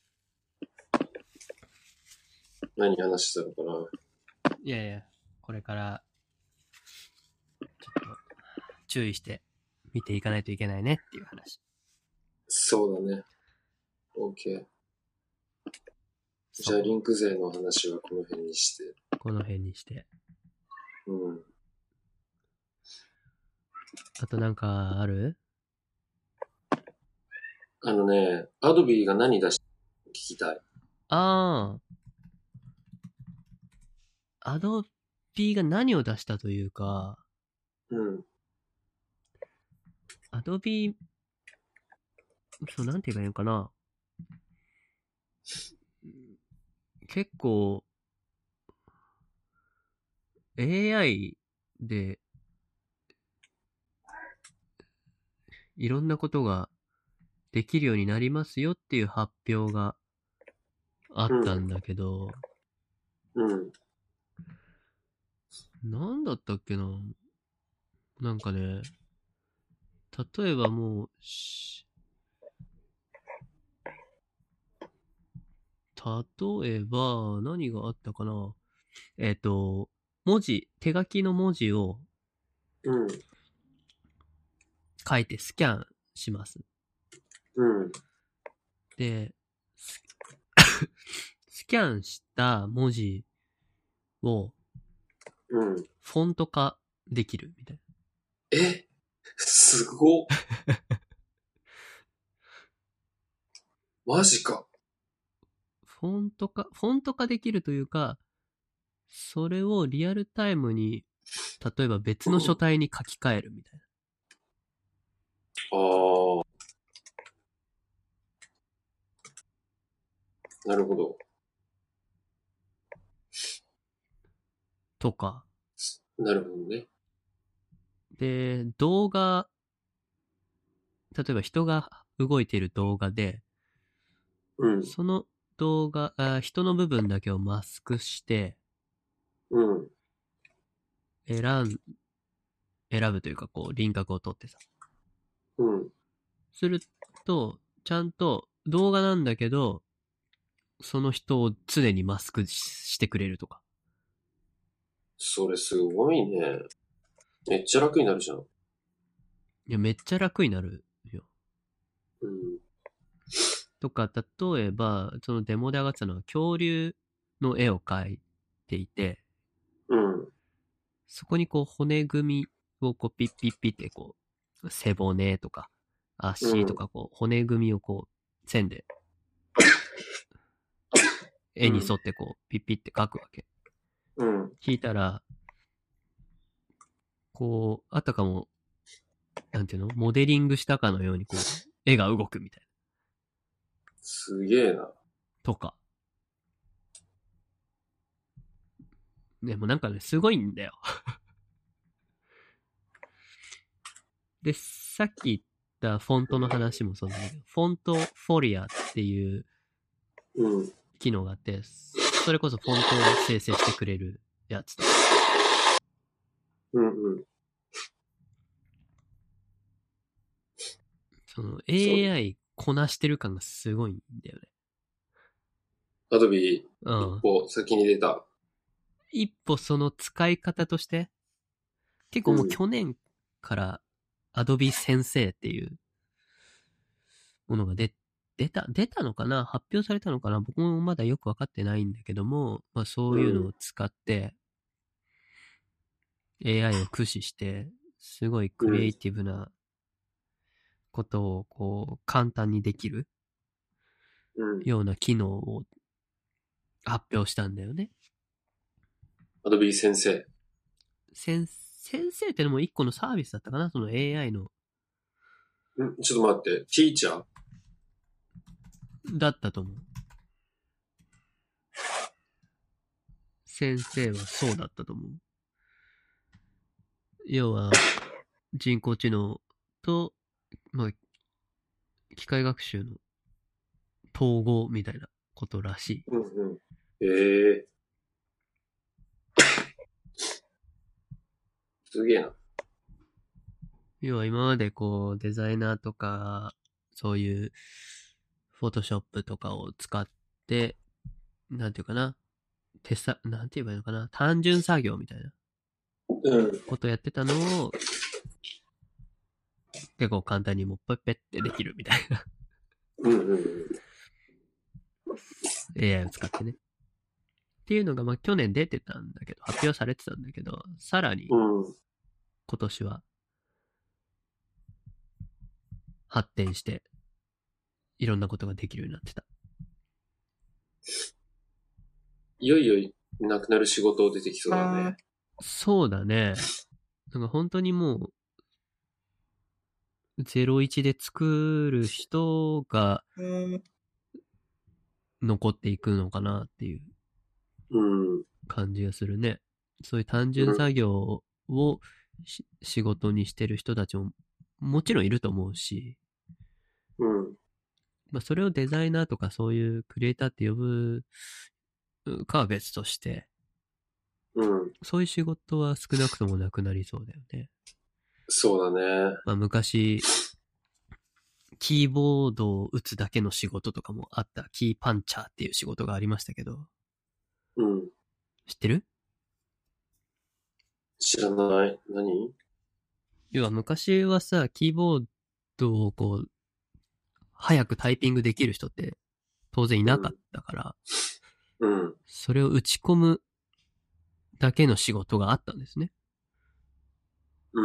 う？何話したのかな？ いやいや、これから、ちょっと、注意して見ていかないといけないねっていう話。 そうだね。OK。じゃあ、リンク税の話はこの辺にして。 この辺にして。 うん。 あとなんかある？ あのね、アドビが何出したの聞きたい。 ああ、アドビが何を出したというか、 うん。 アドビ、そう、なんて言えばいいのかな。結構、エーアイ で、いろんなことができるようになりますよっていう発表があったんだけど、 うん。 なんだったっけな。 なんかね、例えばもう、例えば、何があったかな。えっと、文字、手書きの文字をうん。 書いてスキャンします。 うん。 で、ススキャンした文字をうん。 フォント化できるみたいな。 えすごっ。マジか。 フォント化、フォント化できるというか、それをリアルタイムに、例えば別の書体に書き換えるみたいな。 ああ。なるほど。 とか。 なるほどね。 で、動画、例えば人が動いている動画で、 うん。 その動画、あ人の部分だけをマスクして、 うん。 選ん、選ぶというか、こう、輪郭を取ってさ。 うん。 すると、ちゃんと動画なんだけど、その人を常にマスクしてくれるとか。 それすごいね。めっちゃ楽になるじゃん。 いや、めっちゃ楽になるよ。 うん。 とか、例えば、そのデモで上がってたのは恐竜の絵を描いていて、 うん。 そこにこう骨組みをこうピッピッピッってこう、背骨とか足とかこう骨組みをこう線で絵に沿ってこうピッピッって描くわけ。 うん。 聞いたら、こう、あたかも、なんていうのモデリングしたかのようにこう、絵が動くみたいな。 すげえな。 とか。でもなんかね、すごいんだよ。で、さっき言ったフォントの話もそうなんだけど、フォントフォリアっていううん。 機能があって、それこそフォントを生成してくれるやつとか。 うんうん。 そのそう。 エーアイ こなしてる感がすごいんだよね。 アドビうん。 一歩先に出た。 一歩その使い方として、結構もううん。 去年から Adobe 先生っていうものが出、出た、出たのかな発表されたのかな僕もまだよくわかってないんだけども、まあそういうのを使って エーアイ を駆使して、すごいクリエイティブなことをこう簡単にできるうん。 ような機能を発表したんだよね。 アドビ先生。 先、先生ってのも一個のサービスだったかなその エーアイ の。 んちょっと待って。ティーチャーだったと思う。先生はそうだったと思う。要は、人工知能と、まあ、機械学習の統合みたいなことらしい。 うんうん。ええすげえな。 要は今までこう、デザイナーとか、そういう、フォトショップとかを使って、なんていうかな、手さ、なんて言えばいいのかな、単純作業みたいなうん。 ことやってたのを、結構簡単にもうペッペってできるみたいなうんうんうん。 エーアイ を使ってね。っていうのが、まあ去年出てたんだけど、発表されてたんだけど、さらにうん。 今年は発展して、いろんなことができるようになってた。 いよいよなくなる仕事出てきそうだね。 そうだね。なんか本当にもう、ゼロイチで作る人が残っていくのかなっていううん。 感じがするね。そういう単純うん。 作業を仕事にしてる人たちももちろんいると思うし、 うん。 まあそれをデザイナーとかそういうクリエイターって呼ぶかは別として、 うん。 そういう仕事は少なくともなくなりそうだよね。 そうだね。 まあ昔、キーボードを打つだけの仕事とかもあった、キーパンチャーっていう仕事がありましたけど、 うん。 知ってる？ 知らない。何？ 要は昔はさ、キーボードをこう、早くタイピングできる人って当然いなかったから、 うん。 それを打ち込むだけの仕事があったんですね。 うん。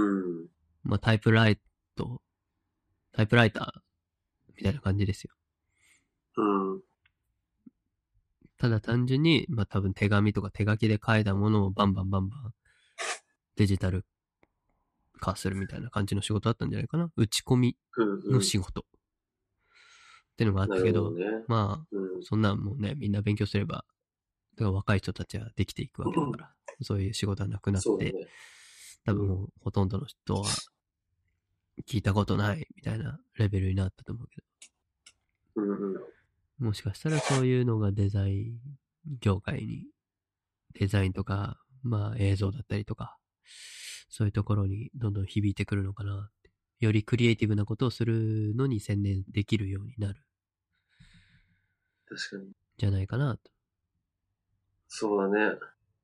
まあタイプライト、タイプライターみたいな感じですよ。 うん。 ただ単純に、まあ多分手紙とか手書きで書いたものをバンバンバンバンデジタル化するみたいな感じの仕事だったんじゃないかな。打ち込みうん。うん。 の仕事ってのがあっなたけど、 るほどね。 まあ、 うん。 そんなんもうね、みんな勉強すれば、だから若い人たちはできていくわけだから、そういう仕事はなくなって、 そうだね。 多分もうほとんどの人は聞いたことないみたいなレベルになったと思うけうんうん。 ど、もしかしたらそういうのがデザイン業界に、デザインとか、まあ映像だったりとか、そういうところにどんどん響いてくるのかなって。よりクリエイティブなことをするのに専念できるようになる。 確かに。 じゃないかなと。 そうだね。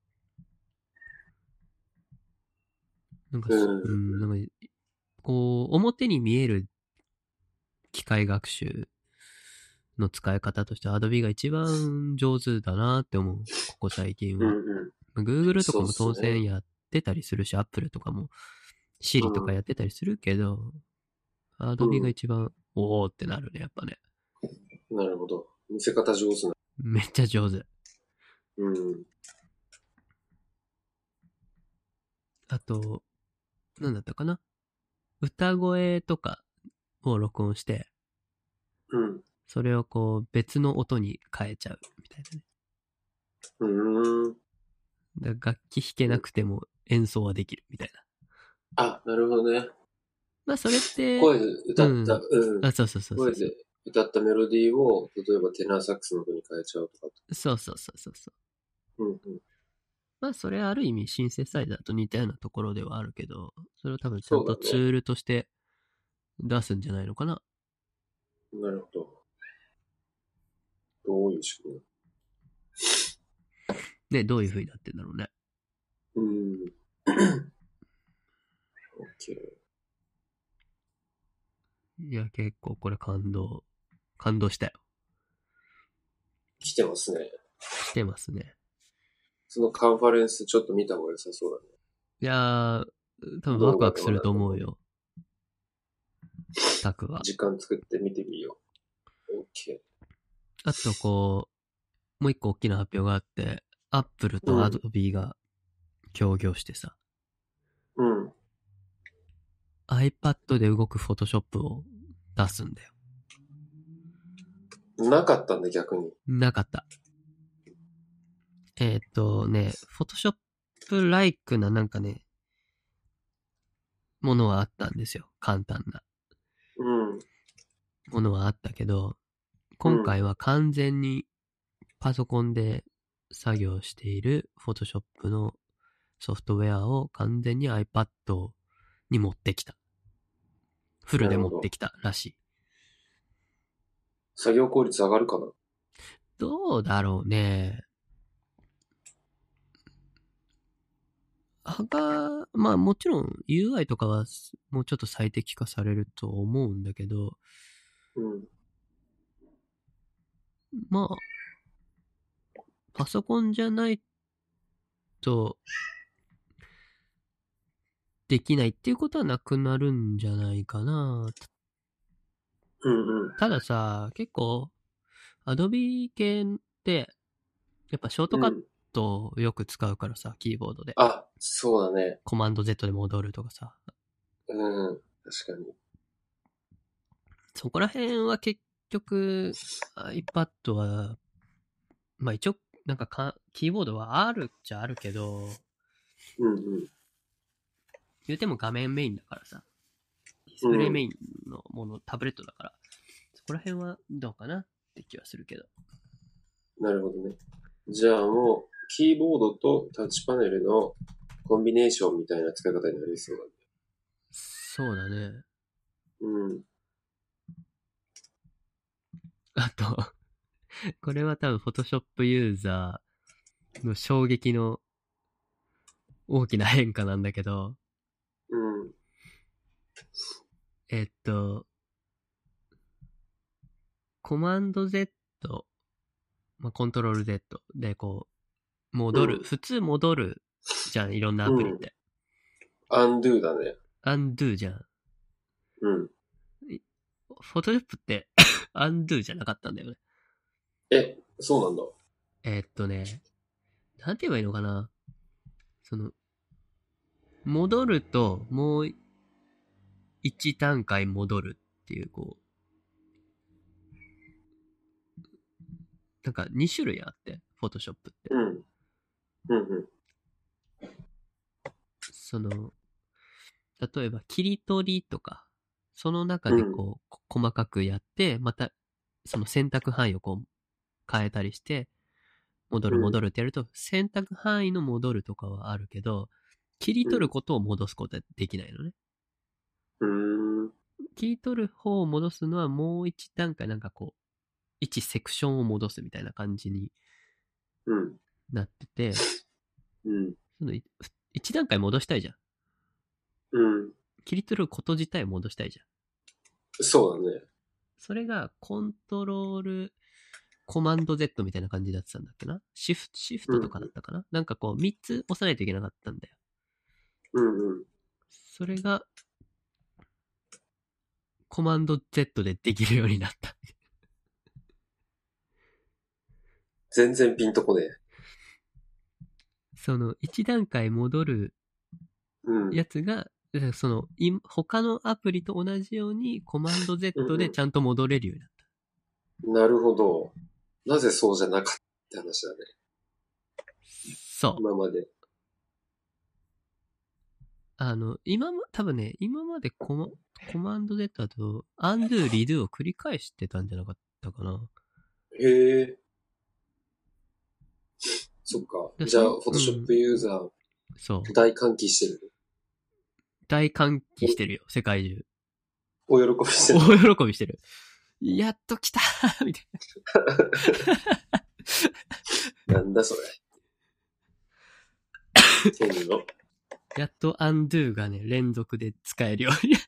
なんか、 ううん、 ん。 なんか、こう、表に見える機械学習の使い方として Adobe が一番上手だなって思う。ここ最近は。 うんうん。 Google とかそうっも当すね。 然やってたりするし、Apple とかも Siri とかやってたりするけど、Adobe がうん。 一番、おーってなるね、やっぱね。 うん。なるほど。見せ方上手な。 めっちゃ上手。 うん。 あと、なんだったかな。歌声とかを録音して、 うん。 それをこう別の音に変えちゃうみたいなね。 うーん。 だから楽器弾けなくても演奏はできるみたいな。 あ、なるほどね。 まあそれって、 声で歌った、 うん。 うん。 あ、そうそうそうそうそう。 声で歌ったメロディーを、例えばテナーサックスの音に変えちゃうとか。 そうそうそうそうそう。 うんうん。 まあそれはある意味シンセサイザーと似たようなところではあるけど、それを多分ちゃんとそうだね。 ツールとして出すんじゃないのかな。 なるほど。どういう仕組ね、どういう風になってんだろうね。 み？うん。オッケー。 いや、結構これ感動、感動したよ。 来てますね。 来てますね。 そのカンファレンスちょっと見た方が良さそうだね。 いやー、多分ワ動クワクする画でもなんかと思うよ。タクは。 時間作って見てみよう。オッケあとこう、もう一個大きな発表があって、Apple とうん Adobe が協業してさ、 ー。うん。 iPad で動く Photoshop を出すんだよ。 なかったんだ、逆に。 なかった。えーっとね、Photoshop-like ななんかね、ものはあったんですよ。簡単なうん。 ものはあったけど、今うん。 回は完全にパソコンで作業している Photoshop のソフトウェアを完全に iPad に持ってきた。フルでなるほど。 持ってきたらしい。 作業効率上がるかな？ どうだろうね。はが、まあもちろん ユーアイ とかはもうちょっと最適化されると思うんだけど、 うん。 まあ、パソコンじゃないとできないっていうことはなくなるんじゃないかな。 うんうん。 たださ、結構、Adobe 系って、やっぱショートカッうん。 トをよく使うからさ、キーボードで。 あ、そうだね。 コマンド Z で戻るとかさ。 うん。確かに。 そこら辺は結局、iPad は、まあ一応、なんかか、キーボードはあるっちゃあるけど、 うんうん。 言うても画面メインだからさ。ディスうん。 プレイメインのもの、タブレットだから、そこら辺はどうかなって気はするけど。 なるほどね。じゃあもう、キーボードとタッチパネルのコンビネーションみたいな使い方になりそうだね。 そうだね。 うん。 あと、これは多分 Photoshop ユーザーの衝撃の大きな変化なんだけど、 うん。 えっと、コマンド Z、まあ、コントロール Z でこう、戻る。 うん。 普通戻るじゃん、いろんなアうん。 プリって。 アンドゥだね。 undo じゃん。 うん。 Photoshop ってundo じゃなかったんだよね。 え、そうなんだ。 えーっとね、なんて言えばいいのかな。その、戻ると、もう一段階戻るっていう、こう、なんかに種類あって、Photoshop って。 うん。うん。 その、例えば切り取りとか、その中うん。 でこう、細かくやって、また、その選択範囲をこう、変えたりして、戻る戻うん。 るってやると、選択範囲の戻るとかはあるけど、切りうん。 取ることを戻すことはできないのね。 うん。うん。 切り取る方を戻すのはもう一段階なんかこう、一セクションを戻すみたいな感じにうん。 なってて、 うん。 その一段階戻したいじゃん。 うん。 切り取ること自体を戻したいじゃん。 そうだね。 それがコントロール、コマンド Z みたいな感じだってたんだっけな。シフト、シフトとうん。 かだったかな。なんかこうみっつ押さないといけなかったんだよ。 うん。うん。 それがコマンド Z でできるようになった。 全然ピンとこねその一段階戻るえ。うん。 やつが、その他のアプリと同じようにコマンド Z でうん。 ちゃんと戻れるようになった。 うん。なるほど。なぜそうじゃなかったって話だね。 そう。 今まで。 あの、今も、多分ね、今までコマコマンド Z だと、undo、redo を繰り返してたんじゃなかったかな。 へえ。そっか。じゃあ、 でその、 フォトショッうん、 プユーザー、 そう。 大歓喜してる。 大歓喜してるよ、世界中。 お喜びしてる。 大喜びしてる。やっと来たーみたいなんだそれ。そういうの。 な。やっと undo がね、連続で使えるようになった。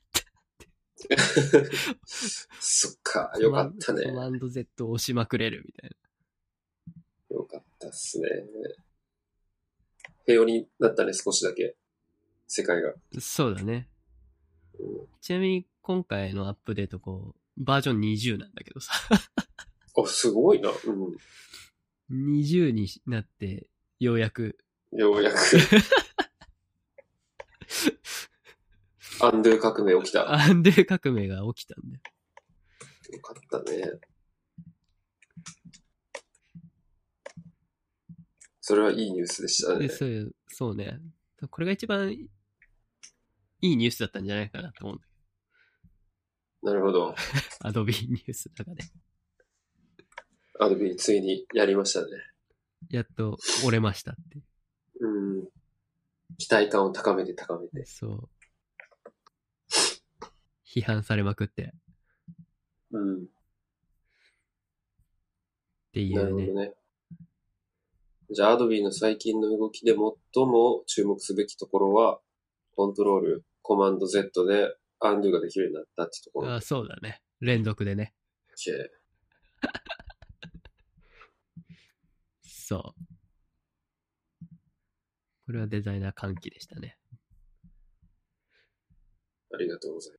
そっか。よコマン、 かったね。 コマンド Z を押しまくれるみたいよかったっすね。平和になったね、少しだけ。世界が。 な。そうだね。ちなみに今回のアップデートこう、バージョンにじゅうなんだけどさ。 あ、すごいな。うん。 にじゅうになって、ようやく。 ようやく。アンドゥ革命起きた。 アンデー革命が起きたんだよ。 よかったね。それはいいニュースでしたね。 そういう、そうね。これが一番いいニュースだったんじゃないかなと思うんだなるほど。 けど。アドビーニュースの中で。 アドビついにやりましたね。 やっと折れましたって。 うん。期待感を高めて高めて。 そう。批判されまくって。 うん。 っていうね。 なるほどね。じゃあ、アドビの最近の動きで最も注目すべきところは、コントロール、コマンド Z でアンドゥができるようになったってところ。 あ、そうだね。連続でね。 OK。 そう。これはデザイナー歓喜でしたね。 ありがとうございます。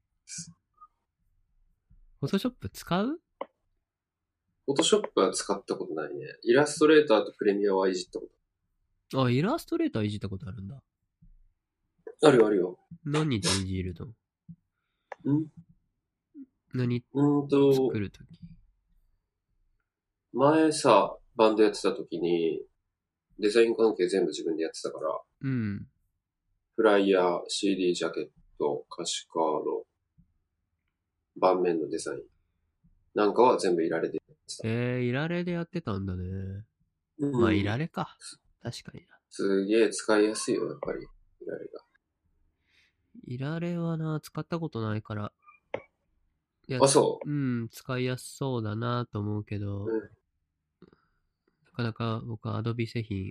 フォトショップ使う？ フォトショップは使ったことないね。イラストレーターとプレミアはいじったこあ、イラストレーターいじったことあるんだ。 と。あるよあるよ。 何でいじるの？ ん何うんと作、るとき？ 前さ、バンドやってた時に、デザイン関係全部自分でやってたから、 うん。 フライヤー、シーディー ジャケット、歌詞カード、盤面のデザインなんかは全部いられてやってた。 えー、いられでやってたんだね。 うん、 まあ、いられか。確かにな。 すげえ使いやすいよ、やっぱり。いられが。 いられはな、使ったことないから。いや、 あ、そうん、使いやすそうだなと思うけど、 う。うん。 なかなか僕は Adobe 製品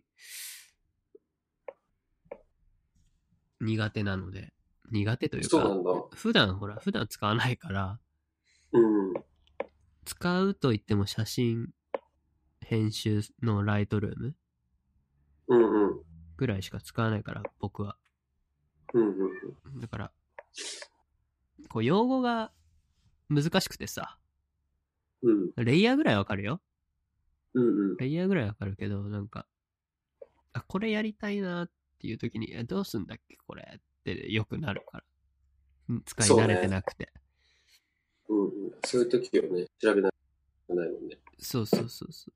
苦手なので、苦手というか、 そうなんだ。 普段ほら、普段使わないから、 うん。 使うと言っても写真編集のライトルームうんうん。 ぐらいしか使わないから、僕は。 うんうんだから、こう用語が難しくてさ、 うん。 レイヤーぐらいわかるよ。 うんうん。 レイヤーぐらいわかるけど、なんか、あ、これやりたいなっていう時に、えどうすんだっけこれってよくなるから。うん使い慣れてそうね。 なくて。 うんうん。そういう時をね、調べなきゃいけないもんね。 そうそうそうそう。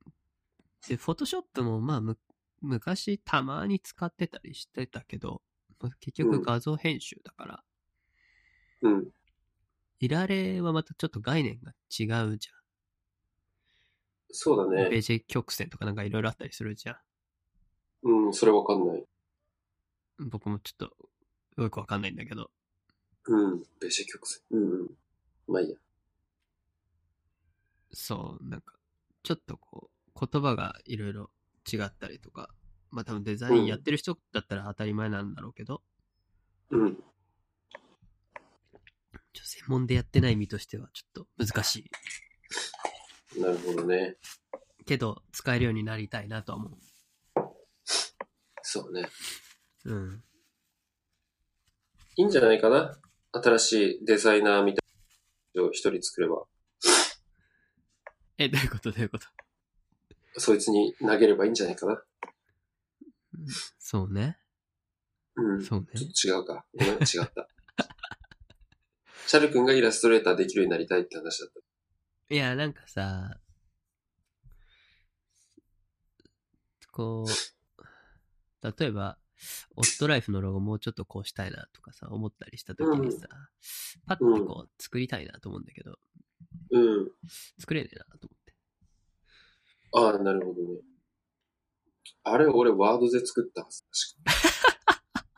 で、フォトショップもまあむ、昔たまに使ってたりしてたけど、まあ結局うん。 画像編集だから、 うん。 いられはまたちょっと概念が違うじゃん。 そうだね。 ベジ曲線とかなんかいろいろあったりするじゃん。 うん、それわかんない。 僕もちょっとよくわかんないんだけど。 うん。ベジ曲線。うんうん。まあいいや。 そう、なんか、ちょっとこう、言葉がいろいろ違ったりとか、まあ多分デザインやってる人だったら当たり前なんだろうけど、 うん。 ちょ専門でやってない身としてはちょっと難しなるほどね。 い。けど、使えるようになりたいなとは思そうね。 う。うん。 いいんじゃないかな。新しいデザイナーみたいな人を一人作れば、 え、どういうことどういうことそいつに投げればいいんじゃないかな。 うんそうね。 うん。 そうね。 ちょっと違うか。ごめん、違った。シャル君がイラストレーターできるようになりたいって話だった。 いや、なんかさ、こう、例えば、オットライフのロゴもうちょっとこうしたいなとかさ、思ったりした時にさ、パッてこう作りたいなと思うんだけど、 うん。 作れねえなと思って。 ああ、なるほどね。あれ、俺、ワードで作ったはず。確か。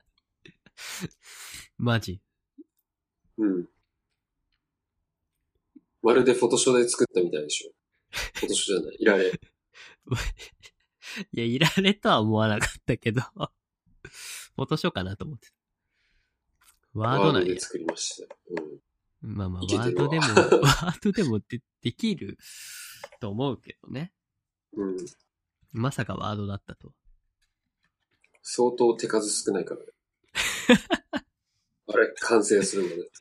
マジうん。まるでフォトショーで作ったみたいでしょ。フォトショーじゃない。いられ。 いや、いられとは思わなかったけど、フォトショーかなと思ってた。ワーワードでドなんや。 作りました。うん。 まあまあ、 いけてるわ。 ワードでも、ワードでもでできると思うけどね。 うん。 まさかワードだったとは。 相当手数少ないからね。あれ、完成するまで。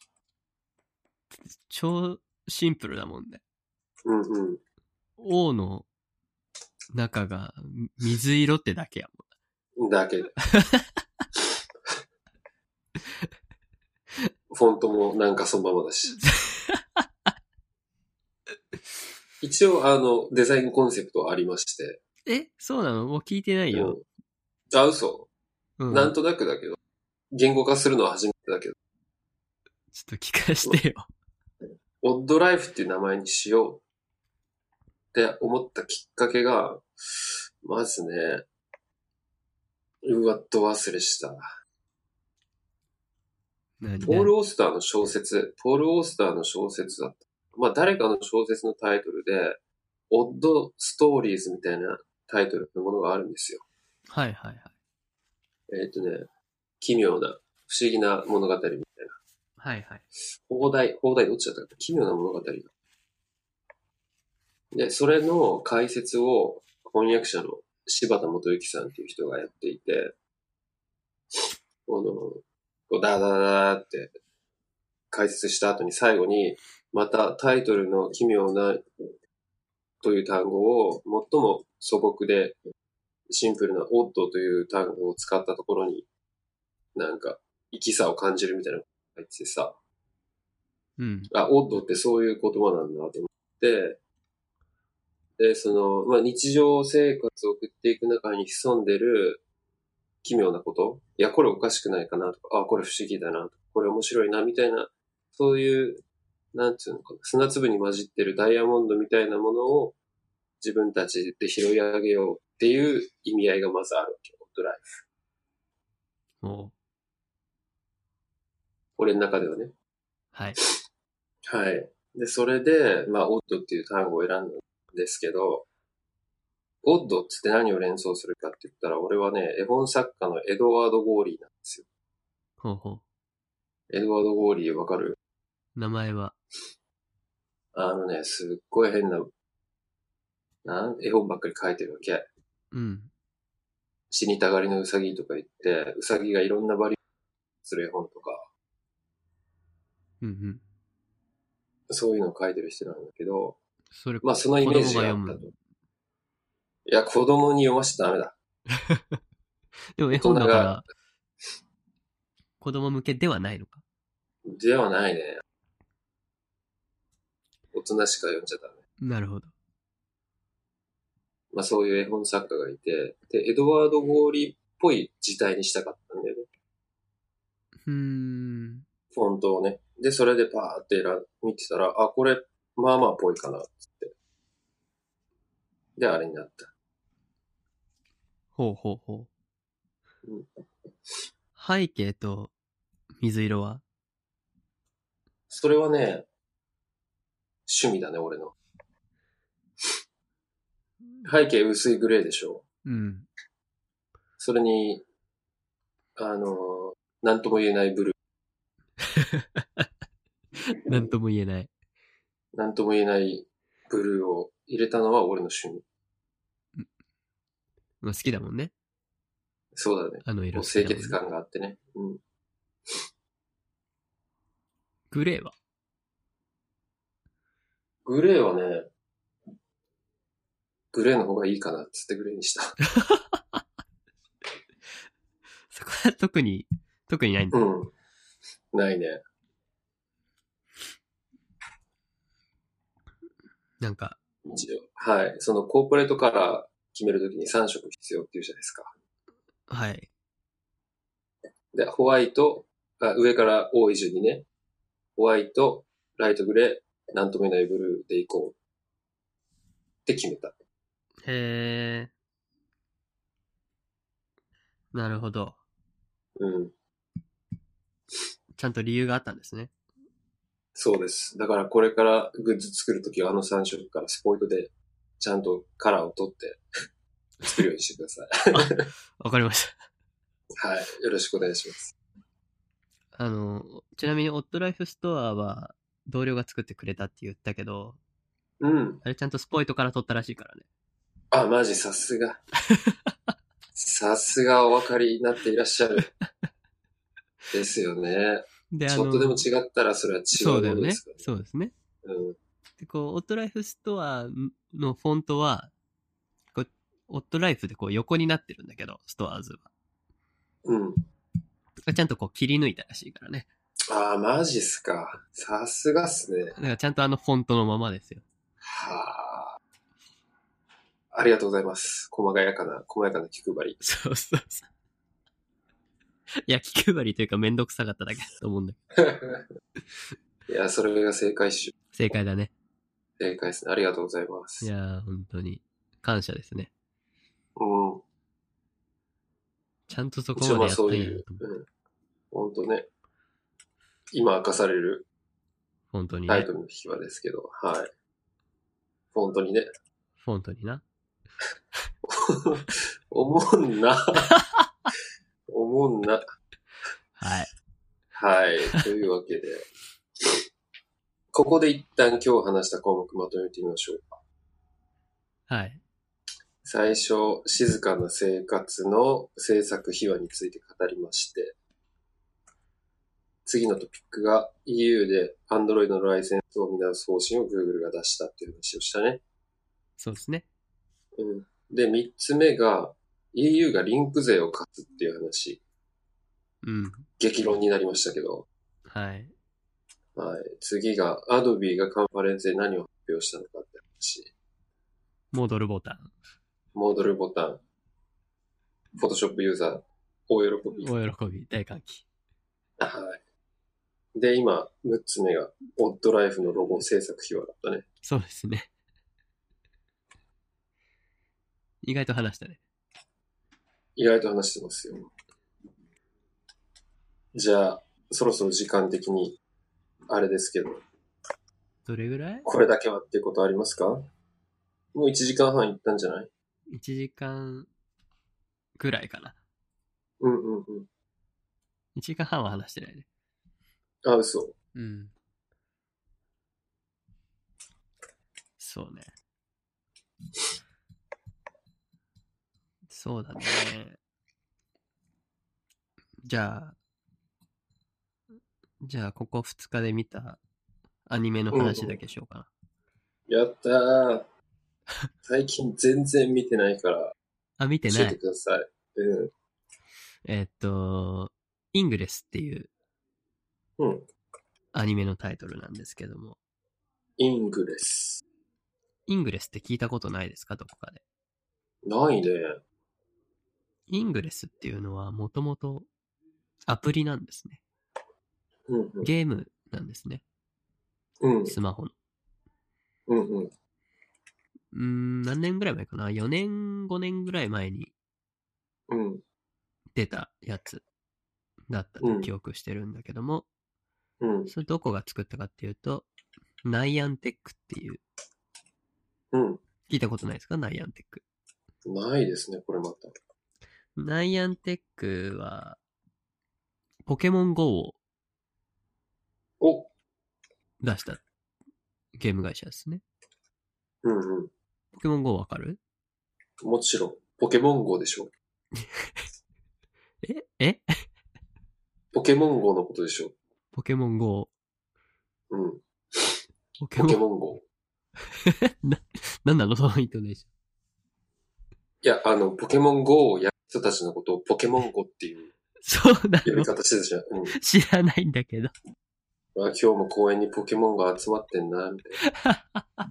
超シンプルだもんね。 うんうん。 王の中が水色ってだけやだけで。フォントもなんかそのままだし。一応、あの、デザインコンセプトはありまして。 えそうなのもう聞いてないよ。 うん。あ、嘘。 うん。 なんとなくだけど。言語化するのは初めてだけど。 ちょっと聞かしてよ。 オッドライフっていう名前にしようって思ったきっかけが、まずね、うわ、ど忘れした。 何ポール・オースターの小説、ポール・オースターの小説だった。まあ、誰かの小説のタイトルで、オッド・ストーリーズみたいなタイトルのものがあるんですよ。 はいはいはい。 えっ、とね、奇妙な、不思議な物語みたいな。 はいはい。 放題、放題どっちだったか奇妙な物語。で、それの解説を翻訳者の柴田元幸さんっていう人がやっていて、この、こうダーダーダーって解説した後に最後に、またタイトルの奇妙なという単語を最も素朴でシンプルなオッドという単語を使ったところに、なんか、生きさを感じるみたいなのが入っててさ、 うん。 あ、オッドってそういう言葉なんだと思って、で、その、まあ、日常生活を送っていく中に潜んでる奇妙なこと、いや、これおかしくないかなとか、あ、これ不思議だなとか、これ面白いなみたいな、そういう、なんていうのかな、砂粒に混じってるダイヤモンドみたいなものを自分たちで拾い上げようっていう意味合いがまずあるわけよ、オッドライフ。 おう俺の中ではね。 はい。 はい。で、それで、まあ、オッドっていう単語を選んだんですけど、オッドっつって何を連想するかって言ったら、俺はね、絵本作家のエドワード・ゴーリーなんですよ。 ほうほエドワード・ゴーリーわかる？ う。名前は。 あのね、すっごい変な、なん絵本ばっかり描いてるわけ。 うん。 死にたがりのウサギとか言って、ウサギがいろんなバリエーションする絵本とか、 うんうん。 そういうのを描いてる人なんだけど、 それ、 まあそのイ子メー供が読む。 ジがあったと。いや、子供に読ませちゃダメだ。 でも絵大人が、 本だから、子供向けではないのか。 ではないね。大人しか読んじゃダメ。 なるほど。 まあそういう絵本作家がいて、で、エドワード・ゴーリーっぽい字体にしたかったんだよね。 うーん。 フォントをね。で、それでパーって選見てたら、あ、これ、まあまあぽいかな、つって。で、あれになった。 ほうほうほう。 うん、 背景と水色は？ それはね、趣味だね、俺の。背景薄いグレーでしょ。 うん。 それに、あの、なんとも言えないブルなんとも言えない。 ー、なんとも言えないブルーを入れたのは俺の趣味。 まあ、好きだもんね。 そうだね。 あの色こう好きだもんね。 清潔感があってね。うん。 グレーは？ グレーはね、グレーの方がいいかなっつってグレーにした。 そこは特に、特にないんだ。 うん。ないね。 なんか、 一応。はい。そのコーポレートカラー決めるときにさん色必要っていうじゃないですか。 はい。 で、ホワイト、あ上から多い順にね、ホワイト、ライトグレー、なんとも言えないブルーでいこうって決めた。 へー。なるほど。 うん。 ちゃんと理由があったんですね。 そうです。だからこれからグッズ作るときはあのさん色からスポイトでちゃんとカラーを取って作るようにしてください。 わかりました。 はい。よろしくお願いします。 あの、ちなみにオットライフストアは同僚が作ってくれたって言ったけど、 うん。 あれちゃんとスポイトから取ったらしいからね。 あ、マジさすが。さすがお分かりになっていらっしゃる。ですよね。 で、あちょっとでもの、 違ったらそれは違うそうだよね。 ものですからね。 そうですね。 うん。 で、こう、オットライフストアのフォントは、こうオットライフでこう横になってるんだけど、ストアーズは。 うん。 ちゃんとこう切り抜いたらしいからね。 ああ、マジっすか。さすがっすね。 だからちゃんとあのフォントのままですよ。 はあ。ありがとうございます。細やかな、細やかな気配り。 そうそうそう。いや、気配りというかめんどくさかっただけだと思うんだけど。 いや、それが正解っしゅ。 正解だね。 正解ですね。ありがとうございまいす。 やー、本当に。感謝ですね。 うん。 ちゃんとそこ一応まあまでやったそういう、 んやなと思う。 うん。ほんとね。今明かされる本当にね。 タイトルの秘話ですけど、はい。本当にね。 フォントにな。 思んな。思んな。 はい。 はい。というわけで、ここで一旦今日話した項目まとめてみましょうか。 はい。 最初、静かな生活の制作秘話について語りまして、次のトピックが イーユー で Android のライセンスを見直す方針を Google が出したっていう話をしたね。 そうですね。 うん。で、三つ目が イーユー がリンク税を課すっていう話。 うん。 激論になりましたけど。 はい。 はい。次が Adobe がカンファレンスで何を発表したのかって話。 戻るボタン。 モードルボタン。Photoshop ユーザー。大喜び。 お喜び、大歓喜。 はい。で、今、六つ目が、オッドライフのロゴ制作秘話だったね。 そうですね。意外と話したね。 意外と話してますよ。じゃあ、 そろそろ時間的に、あれですけど。 どれぐらい ? これだけはってことありますか？もういちじかんはんいったんじゃない？ いち 時間ぐらいかな。 うんうんうん。 いちじかんはんは話してないね。 あ、嘘。 うん。そうね。そうだね。じゃあ、じゃあここふつかで見たアニメの話だけしようかな。 やったー。最近全然見てないからあ、見て教えてない。 ください。うん。 えーっと、イングレスっていううん。 アニメのタイトルなんですけども、 イングレス。 イングレスって聞いたことないですか、どこかで。 ないね。 イングレスっていうのはもともとアプリなんですね。 うんうん。 ゲームなんですね。 うんスマホの。 うんうん。 うーん、何年ぐらい前かな ?よ 年、ごねんぐらい前にうん出たやつだったと記憶してるんだけども、 うん。 それどこが作ったかっていうと、ナイアンテックっていう、 うん。 聞いたことないですか、ナイアンテック。 ないですね、これまた。 ナイアンテックは、ポケモン ゴー をお。 出したゲーム会社ですね。 うんうん。 ポケモン ゴー わかる？ もちろん。ポケモン ゴー でしょ。 ええポケモン ゴー のことでしょ。 ポケモン ゴー。 うん。 ポケモン、 ポケモン ゴー。 な、なんなのそのイントネーション。 いや、あの、ポケモン ゴー をやる人たちのことをポケモン ゴー っていうそうな呼びの？ 方してたじゃん。うん。 知らないんだけど。 あ、今日も公園にポケモンが集まってんな、みたいな。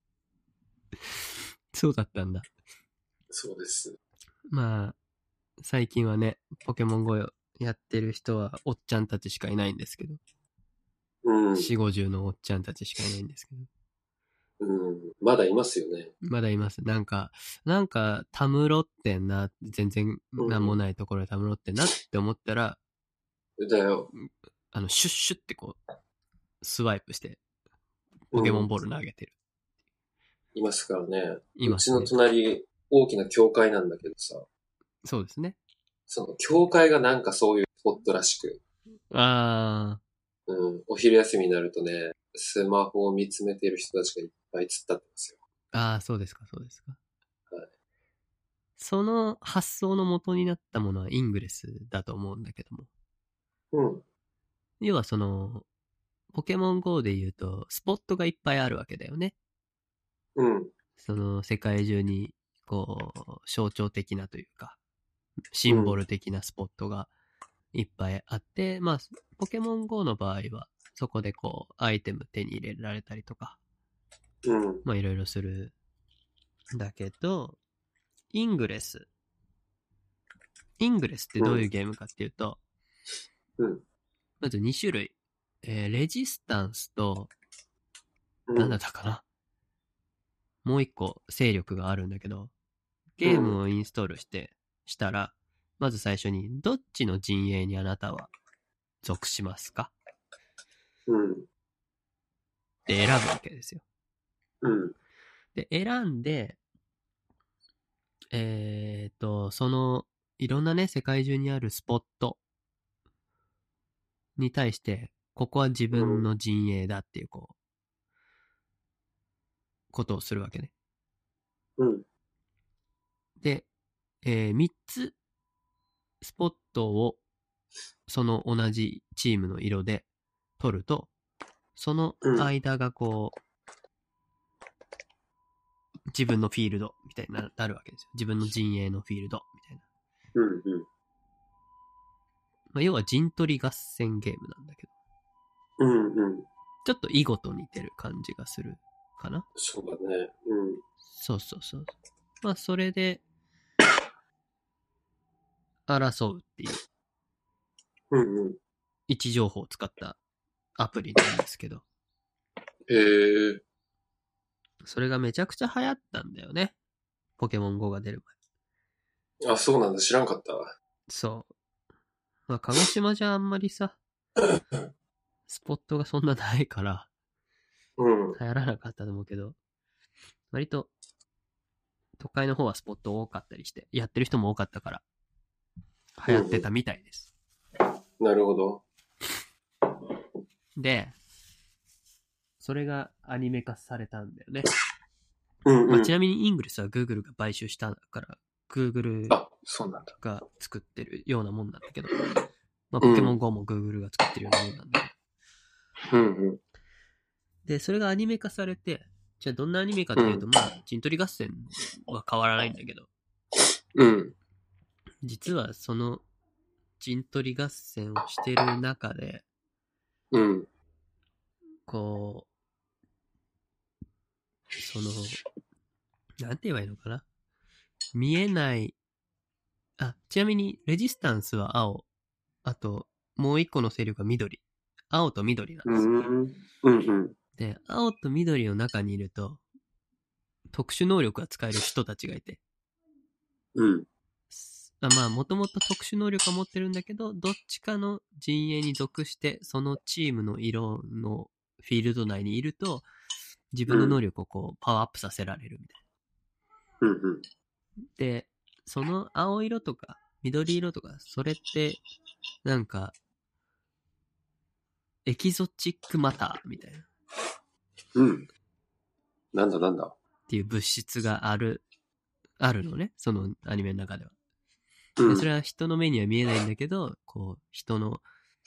そうだったんだ。 そうです。 まあ、最近はね、ポケモン ゴー やってる人はおっちゃんたちしかいないんですけど。 うん。 よん、ごじゅうのおっちゃんたちしかいないんですけど。 うん。まだいますよね。 まだいます。なんか、なんか、たむろってんな、全然なんもないところでたむろってんなって思ったら、 だよ。 あの、シュッシュってこう、スワイプして、ポケモンうん。 ボール投げてる。 いますからね。 いますね。 うちの隣、大きな教会なんだけどさ、 そうですね。 その教会がなんかそういうスポットらしく、 あうん。お昼休みになるとね、スマホを見つめてる人たちがいっぱい突っ立ってますよ。 ー、あー、そうですか、そうですか。 はい。 その発想の元になったものはイングレスだと思うんだけども。 うん。 要はその、ポケモン ゴー で言うと、スポットがいっぱいあるわけだよね。 うん。 その世界中に、こう、象徴的なというか、シンボうん。 ル的なスポットがいっぱいあって、まあ、ポケモン ゴー の場合は、そこでこう、アイテム手に入れられたりとか、 うん。 まあいろいろするんだけど、イングレス。イングレスってどういうゲームかっていうと、 うん。 まずに種類。えー、レジスタンスと、 うん。 なんだったかな。もう一個勢力があるんだけど、ゲームうん。 をインストールして、したら、まず最初に、どっちの陣営にあなたは属しますかうん。 って選ぶわけですよ。 うん。 で、選んで、えーっと、その、いろんなね、世界中にあるスポットに対して、ここは自分の陣営だっていう、こう、ことをするわけね。 うん。 で、えー、みっつスポットをその同じチームの色で取ると、そのうん。 間がこう、自分のフィールドみたいにななるわけですよ。自分の陣営のフィールドみたいな。 うん。うん。 まあ、要は陣取り合戦ゲームなんだけど、 うん。うん。 ちょっと囲碁と似てる感じがするかな。 そうだね。うん。 そうそうそう。まあ、それで、争うっていううん。うん。 位置情報を使ったアプリなんですけど、 へえ。 それがめちゃくちゃ流行ったんだよね。ポケモン ゴー が出る前。 あ、そうなんだ。知らんかったわ。 そう。まあ、鹿児島じゃあんまりさ、 スポットがそんなないから、 うん。 流行らなかったと思うけど、割と、都会の方はスポット多かったりして、やってる人も多かったから、流行ってたみたいです。 なるほど。 で、それがアニメ化されたんだよね。 うんうん。 まあ、ちなみにイングレスは Google が買収したから、Google あ、そうなんだ。 が作ってるようなもんなんだけど、まあ、ポケモン ゴー も Google が作ってるようなもんなんだけど。 うんうん。 で、それがアニメ化されて、じゃあどんなアニメかっていうと、 うんまあ、陣取り合戦は変わらないんだけど、 うん。 実はその陣取り合戦をしてる中で、 うん。 こう、その、なんて言えばいいのかな、見えない、あ、ちなみにレジスタンスは青、あともう一個の勢力が緑。青と緑なんうですよ。 ん。うんうん。 で、青と緑の中にいると、特殊能力が使える人たちがいて、 うん。 あまあ、もともと特殊能力は持ってるんだけど、どっちかの陣営に属して、そのチームの色のフィールド内にいると、自分の能力をこう、パワーアップさせられるみたいうんうん。 な。で、その青色とか、緑色とか、それって、なんか、エキゾチックマターみたいな。っうん。なんだなんだ。 ていう物質がある、あるのね。そのアニメの中では。 うん。 でそれは人の目には見えないんだけど、こう、人の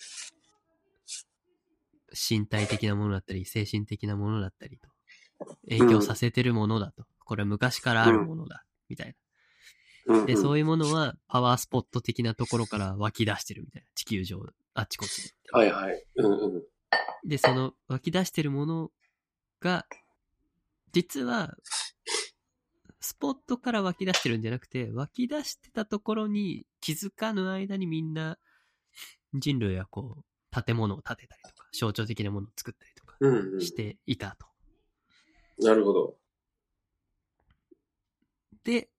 身体的なものだったり、精神的なものだったりと、影響させてるものだと。これは昔からあるものだ。みたいうん。 な。で、そういういうものはパワースポット的なところから湧き出してるみたいな。地球上、あっちこっちで。 はいはい。うんうん。 で、その湧き出してるものが、実は、スポットから湧き出してるんじゃなくて、湧き出してたところに気づかぬ間にみんな人類はこう、建物を建てたりとか、象徴的なものを作ったりとかうんうしていたと。 ん。なるほど。 で、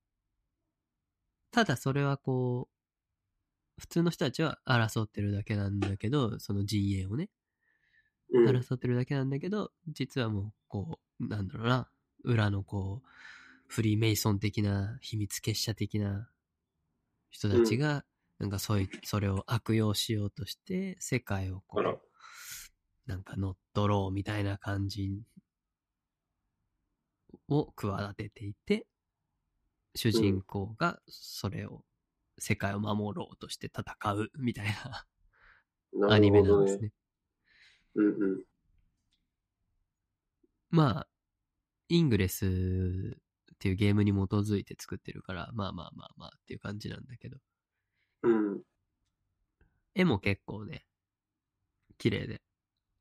ただそれはこう、普通の人たちは争ってるだけなんだけど、その陣営をね、 うん。 争ってるだけなんだけど、実はもう、こう、なんだろうな、裏のこう、フリーメイソン的な、秘密結社的な人たちが、なんかそういう、それを悪用しようとして、世界をこあら。 う、なんか乗っ取ろうみたいな感じを企てていて、主人公がそれを、世界を守ろうとして戦うみたいななるアニメほどね。 なんですね。 うんうん。 まあ、イングレスっていうゲームに基づいて作ってるから、まあまあまあまあっていう感じなんだけど、 うん。 絵も結構ね、綺麗で。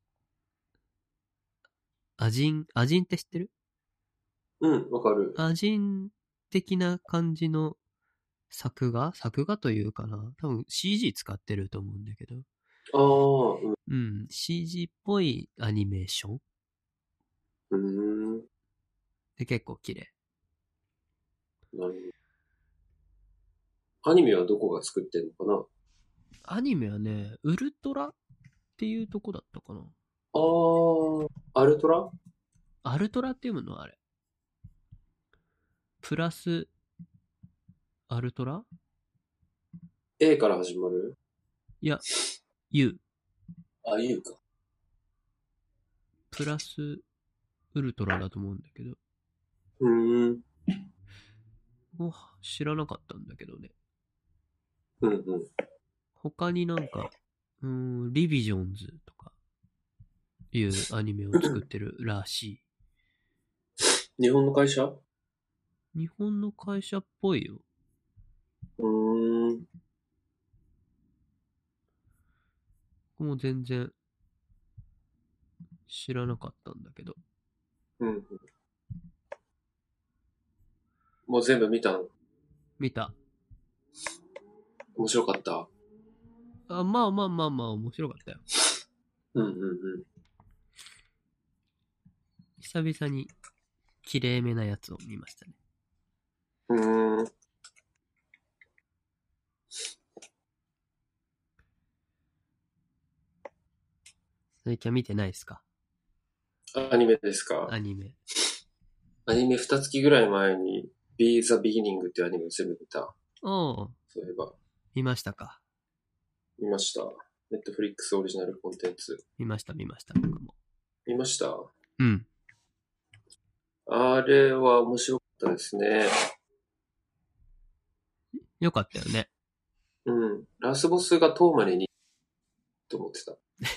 アジン、アジンって知ってる？ うん、わかる。 アジン的な感じの作画作画というかな。多分 シージー 使ってると思うんだけど。 ああ、 うん。シージー っぽいアニメーションうん。うで結構綺麗。 ーん。なるほど。アニメはどこが作ってんのかアニメはね、ウルトラっていうとこだったかな。 な？ああ、アルトラ？ アルトラっていうのあれ。プラス、アルトラ A から始まる？ いや、U。 あ、U か。 プラス、ウルトラだと思うんだけど。 うーん。 もう知らなかったんだけどね。 うんうん。 他になんか、うーん、リビジョンズとかいうアニメを作ってるらし日本の会社？うい。日本の会社っぽいよ。 ーん。 もう全然知らなかったんだけど。 うんうん。もう全部見たの？ 見た。 面白かった？ あ、まあまあまあまあ面白かったよ。 うんうんうん。 久々に綺麗めなやつを見ましたね。 うーん。 最近は見てないですか？ アニメですか？ アニメ。 アニメ二月ぐらい前に Be the Beginning っていうアニメを全部見た。 おー、 そういえば、 見ましたか？ 見ました。ネットフリックスオリジナルコンテンツ。 見ました、見ました、僕も。 見ました。 うん。 あれは面白かったですね。 よかったよね。 うん。ラスボスがトーマに似てると思ってた。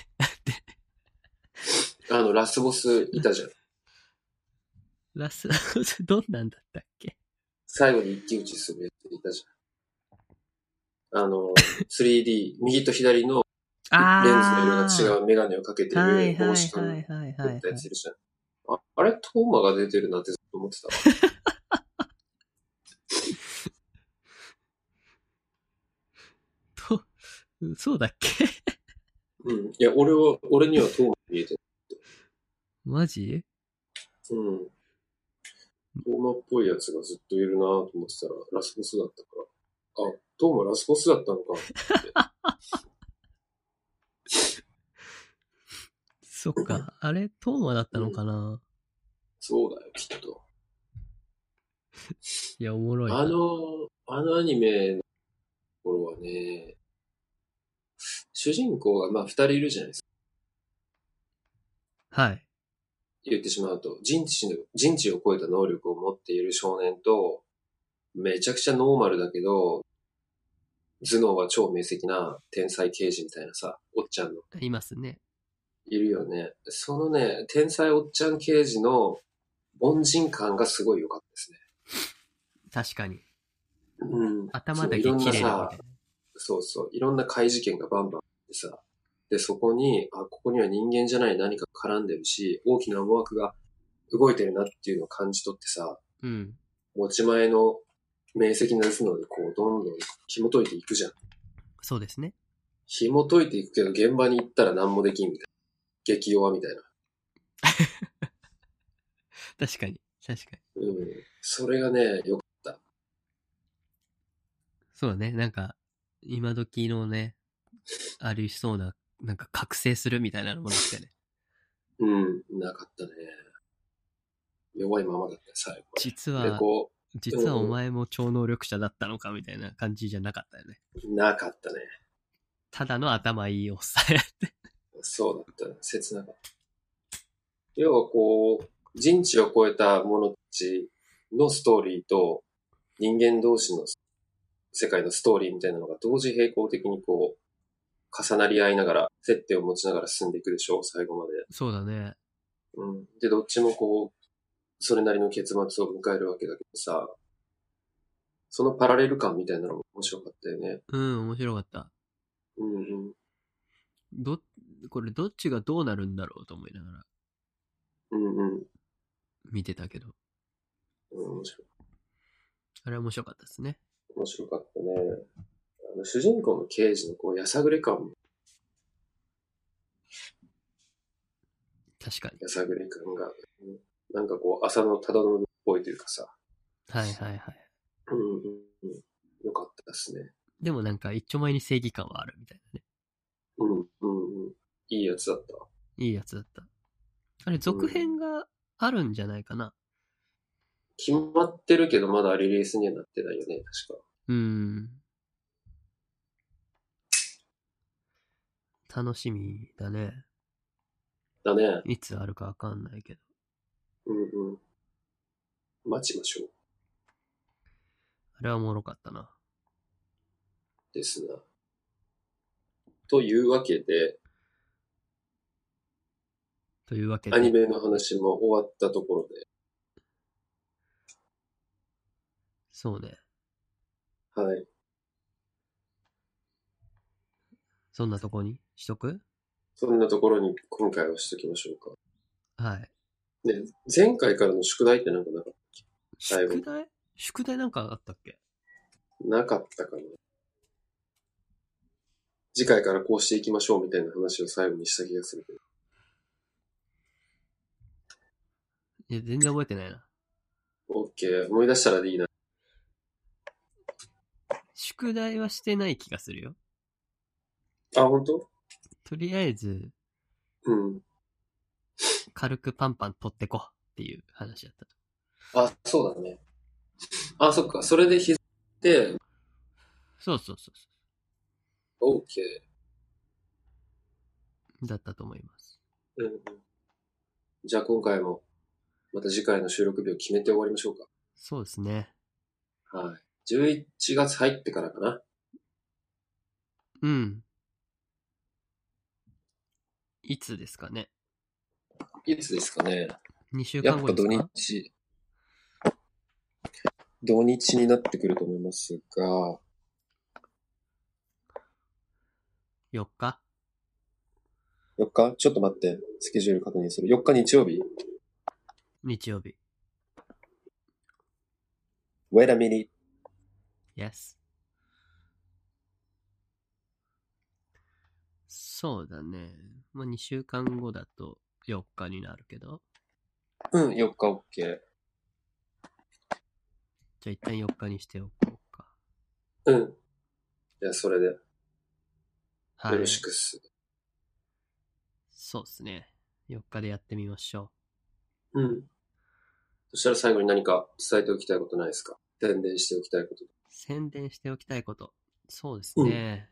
あの、ラスボスいたじゃん。 ラス、どんなんだったっけ？ 最後に一騎打ちするやついたじゃん。あの、スリーディー、右と左のレンズの色が違うメガネをかけてる帽子かぶったやついるじゃん。ああれ、トーマが出てるなってずっと思ってた。 と、そうだっけ？ うん。いや、俺は、俺にはトーマに見えてる。 マジ？ うん。トーマっぽいやつがずっといるなと思ってたら、ラスボスだったから。あ、トーマラスボスだったのか。 そっか。あれ、トーマだったのかな、うん、 そうだよ、きっと。 いや、おもろいな。 あの、あのアニメの頃はね、主人公がまあ二人いるじゃないですか。 はい。 言ってしまうと、人知の、人知を超えた能力を持っている少年と、めちゃくちゃノーマルだけど、頭脳は超明晰な天才刑事みたいなさ、おっちゃんの。 いますね。 いるよね。そのね、天才おっちゃん刑事の凡人感がすごい良かったですね。 確かに。 うん。 頭だけ切れるみたいな。 そうそう。いろんな怪事件がバンバンあってさ。で、そこに、あ、ここには人間じゃない何か絡んでるし、大きな思惑が動いてるなっていうのを感じ取ってさ、 うん。 持ち前の明晰な頭脳でこう、どんどん紐解いていくじゃん。 そうですね。 紐解いていくけど、現場に行ったら何もできんみたいな。激弱みたいな。 確かに。確かに。うん。それがね、よかった。 そうだね。なんか、今時のね、ありそうな、なんか覚醒するみたいなのもなくてね。 うん、なかったね。弱いままだった、最後。 実は、 でこう実はお前も超能力者だったのかみたいな感じじゃなかったよね。 なかったね。 ただの頭いいおっさんやって。 そうだった。切なかった。要はこう、人知を超えた者たちのストーリーと人間同士の世界のストーリーみたいなのが同時並行的にこう、重なり合いながら、接点を持ちながら進んでいくでしょう、最後まで。 そうだね。 うん。で、どっちもこう、それなりの結末を迎えるわけだけどさ、そのパラレル感みたいなのも面白かったよね。 うん、面白かった。 うんうん。 ど、これどっちがどうなるんだろうと思いながらうんうん。 見てたけど。 うん、面白い。 あれは面白かったですね。 面白かったね。あの主人公の刑事のこう、やさぐれ感も、 確かに。 やさぐれ感が、うんなんかこう、浅野忠信っぽいというかさ、 はいはいはい。 うんうんうん。よかったですね。 でもなんか一丁前に正義感はあるみたいなね。 うんうんうん。いいやつだった。 いいやつだった。あれ、続編があるんじゃないかな。 決まってるけど、まだリリースにはなってないよね、確か。 うーん。楽しみだね。 だね。 いつあるかわかんないけど。 うんうん。待ちましょう。 あれはおもろかったな。 ですな。というわけで、 というわけで。 アニメの話も終わったところで。 そうね。 はい。 そんなとこにしとく？ そんなところに今回はしときましょうか。 はい。 で、前回からの宿題ってなんかなかったっけ？最後宿題宿題なんかあったっけ？ なかったかな。次回からこうしていきましょうみたいな話を最後にした気がするけど。 いや、全然覚えてないな。 オッケー。思い出したらでいいな。 宿題はしてない気がするよ。 あ、本当？ とりあえず、 うん。 軽くパンパン取ってこっていう話だったと。 あ、そうだね。あ、そっか。それで膝って、 そうそうそうそ OK。 う。だったと思います。 うんうん。じゃあ今回も、また次回の収録日を決めて終わりましょうか。 そうですね。 はい。じゅういちがつ入ってからかな。 うん。いつですかね。 いつですかね。 にしゅうかんやっぱ土ごですか？ 日、土日になってくると思いますが、 よっか。 よっかちょっと待って。スケジュール確認する。よっか日曜日日曜日。 ?Wait a minute. Yes。そうだね。まあ、にしゅうかんごだとよっかになるけど。 うん、よっか OK。 じゃあ一旦よっかにしておこうか。 うん。じゃあそれで、よはい。 ろしくっす。 そうですね。よっかでやってみましょうん。そしたら最後に何か伝えておきたいことないですか？宣伝しておきたいこと。 う。宣伝しておきたいこと。そうですね。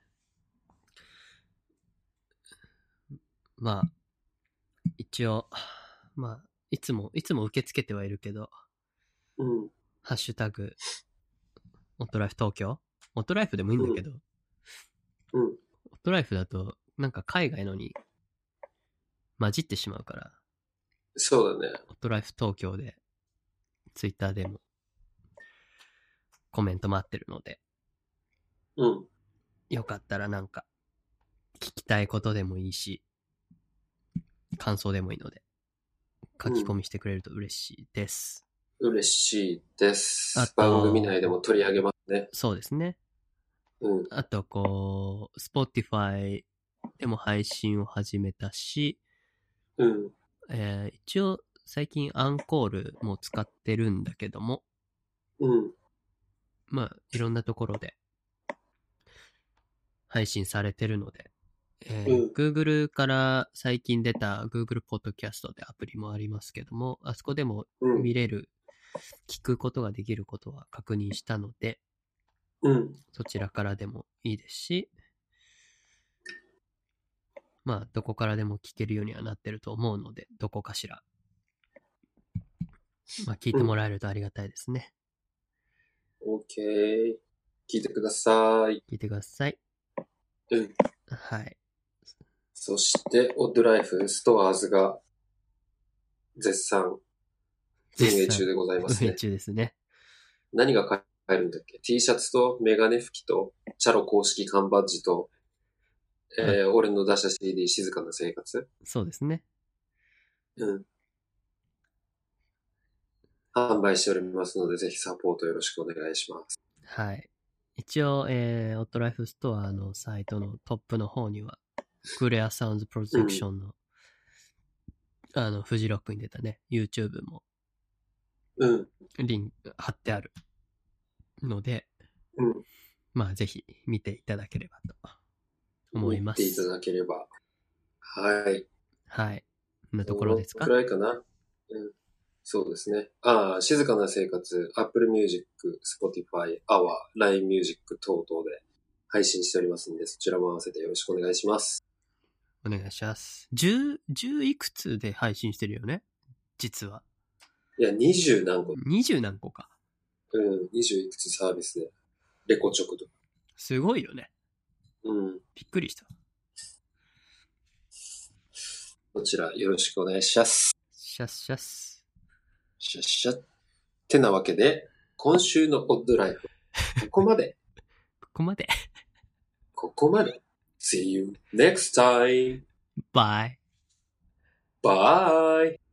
まあ、一応、まあ、いつも、いつも受け付けてはいるけど、 うん。 ハッシュタグ、オットライフ東京オットライフでもいいんだけど、 うん。 オットライフだと、なんか海外のに混じってしまうから、 そうだね。 オットライフ東京で、ツイッターでも、コメント待ってるので、 うん。 よかったらなんか、聞きたいことでもいいし、感想でもいいので、書き込みしてくれると嬉しいです。 嬉しいであす。 と番組内でも取り上げますね。 そうですね。 うん。 あと、こう、Spotify でも配信を始めたし、 うん。 えー一応、最近アンコールも使ってるんだけども、 うん。 まあ、いろんなところで配信されてるので、えーうん Google から最近出た Google Podcast でアプリもありますけども、あそこでもうん。 見れる、聞くことができることは確認したので、 うん。 そちらからでもいいですし、まあ、どこからでも聞けるようにはなってると思うので、どこかしら。まあ、聞いてもらえるとありがたいですね。 OK。聞いてください。 聞いてください。 うん。 はい。 そして、オッドライフストアーズが絶賛運営中でございます運営ね。 中ですね。 何が買えるんだっけ？ T シャツとメガネ拭きとチャロ公式缶バッジと、えー、俺の出した シーディー 静かな生活。 そうですね。 うん。販売しておりますので、ぜひサポートよろしくお願いします。 はい。一応、えー、オットライフストアのサイトのトップの方には、クレアサウンズプロジェクションの、うん、あの、フジロックに出たね、YouTube も、 うん。 リンク貼ってあるので、 うん。 まあ、ぜひ見ていただければと思います。 見ていただければ。はい。 はい。こんなところですか？ くらいかな。うん。そうですね。ああ、静かな生活、Apple Music、Spotify、Our、ライン Music 等々で配信しておりますので、そちらも合わせてよろしくお願いします。 お願いします。10、10いくつで配信してるよね？実は。 いや、にじゅう何個。 にじゅう何個か。 うん、にじゅういくつサービスで。レコチョクとか。 すごいよね。 うん。 びっくりした。 こちらよろしくお願いします。 シャッシャッス。 シャッシャッ。てなわけで、今週のオッドライフ、ここまで。 ここまで。 ここまで。See you next time. Bye. Bye.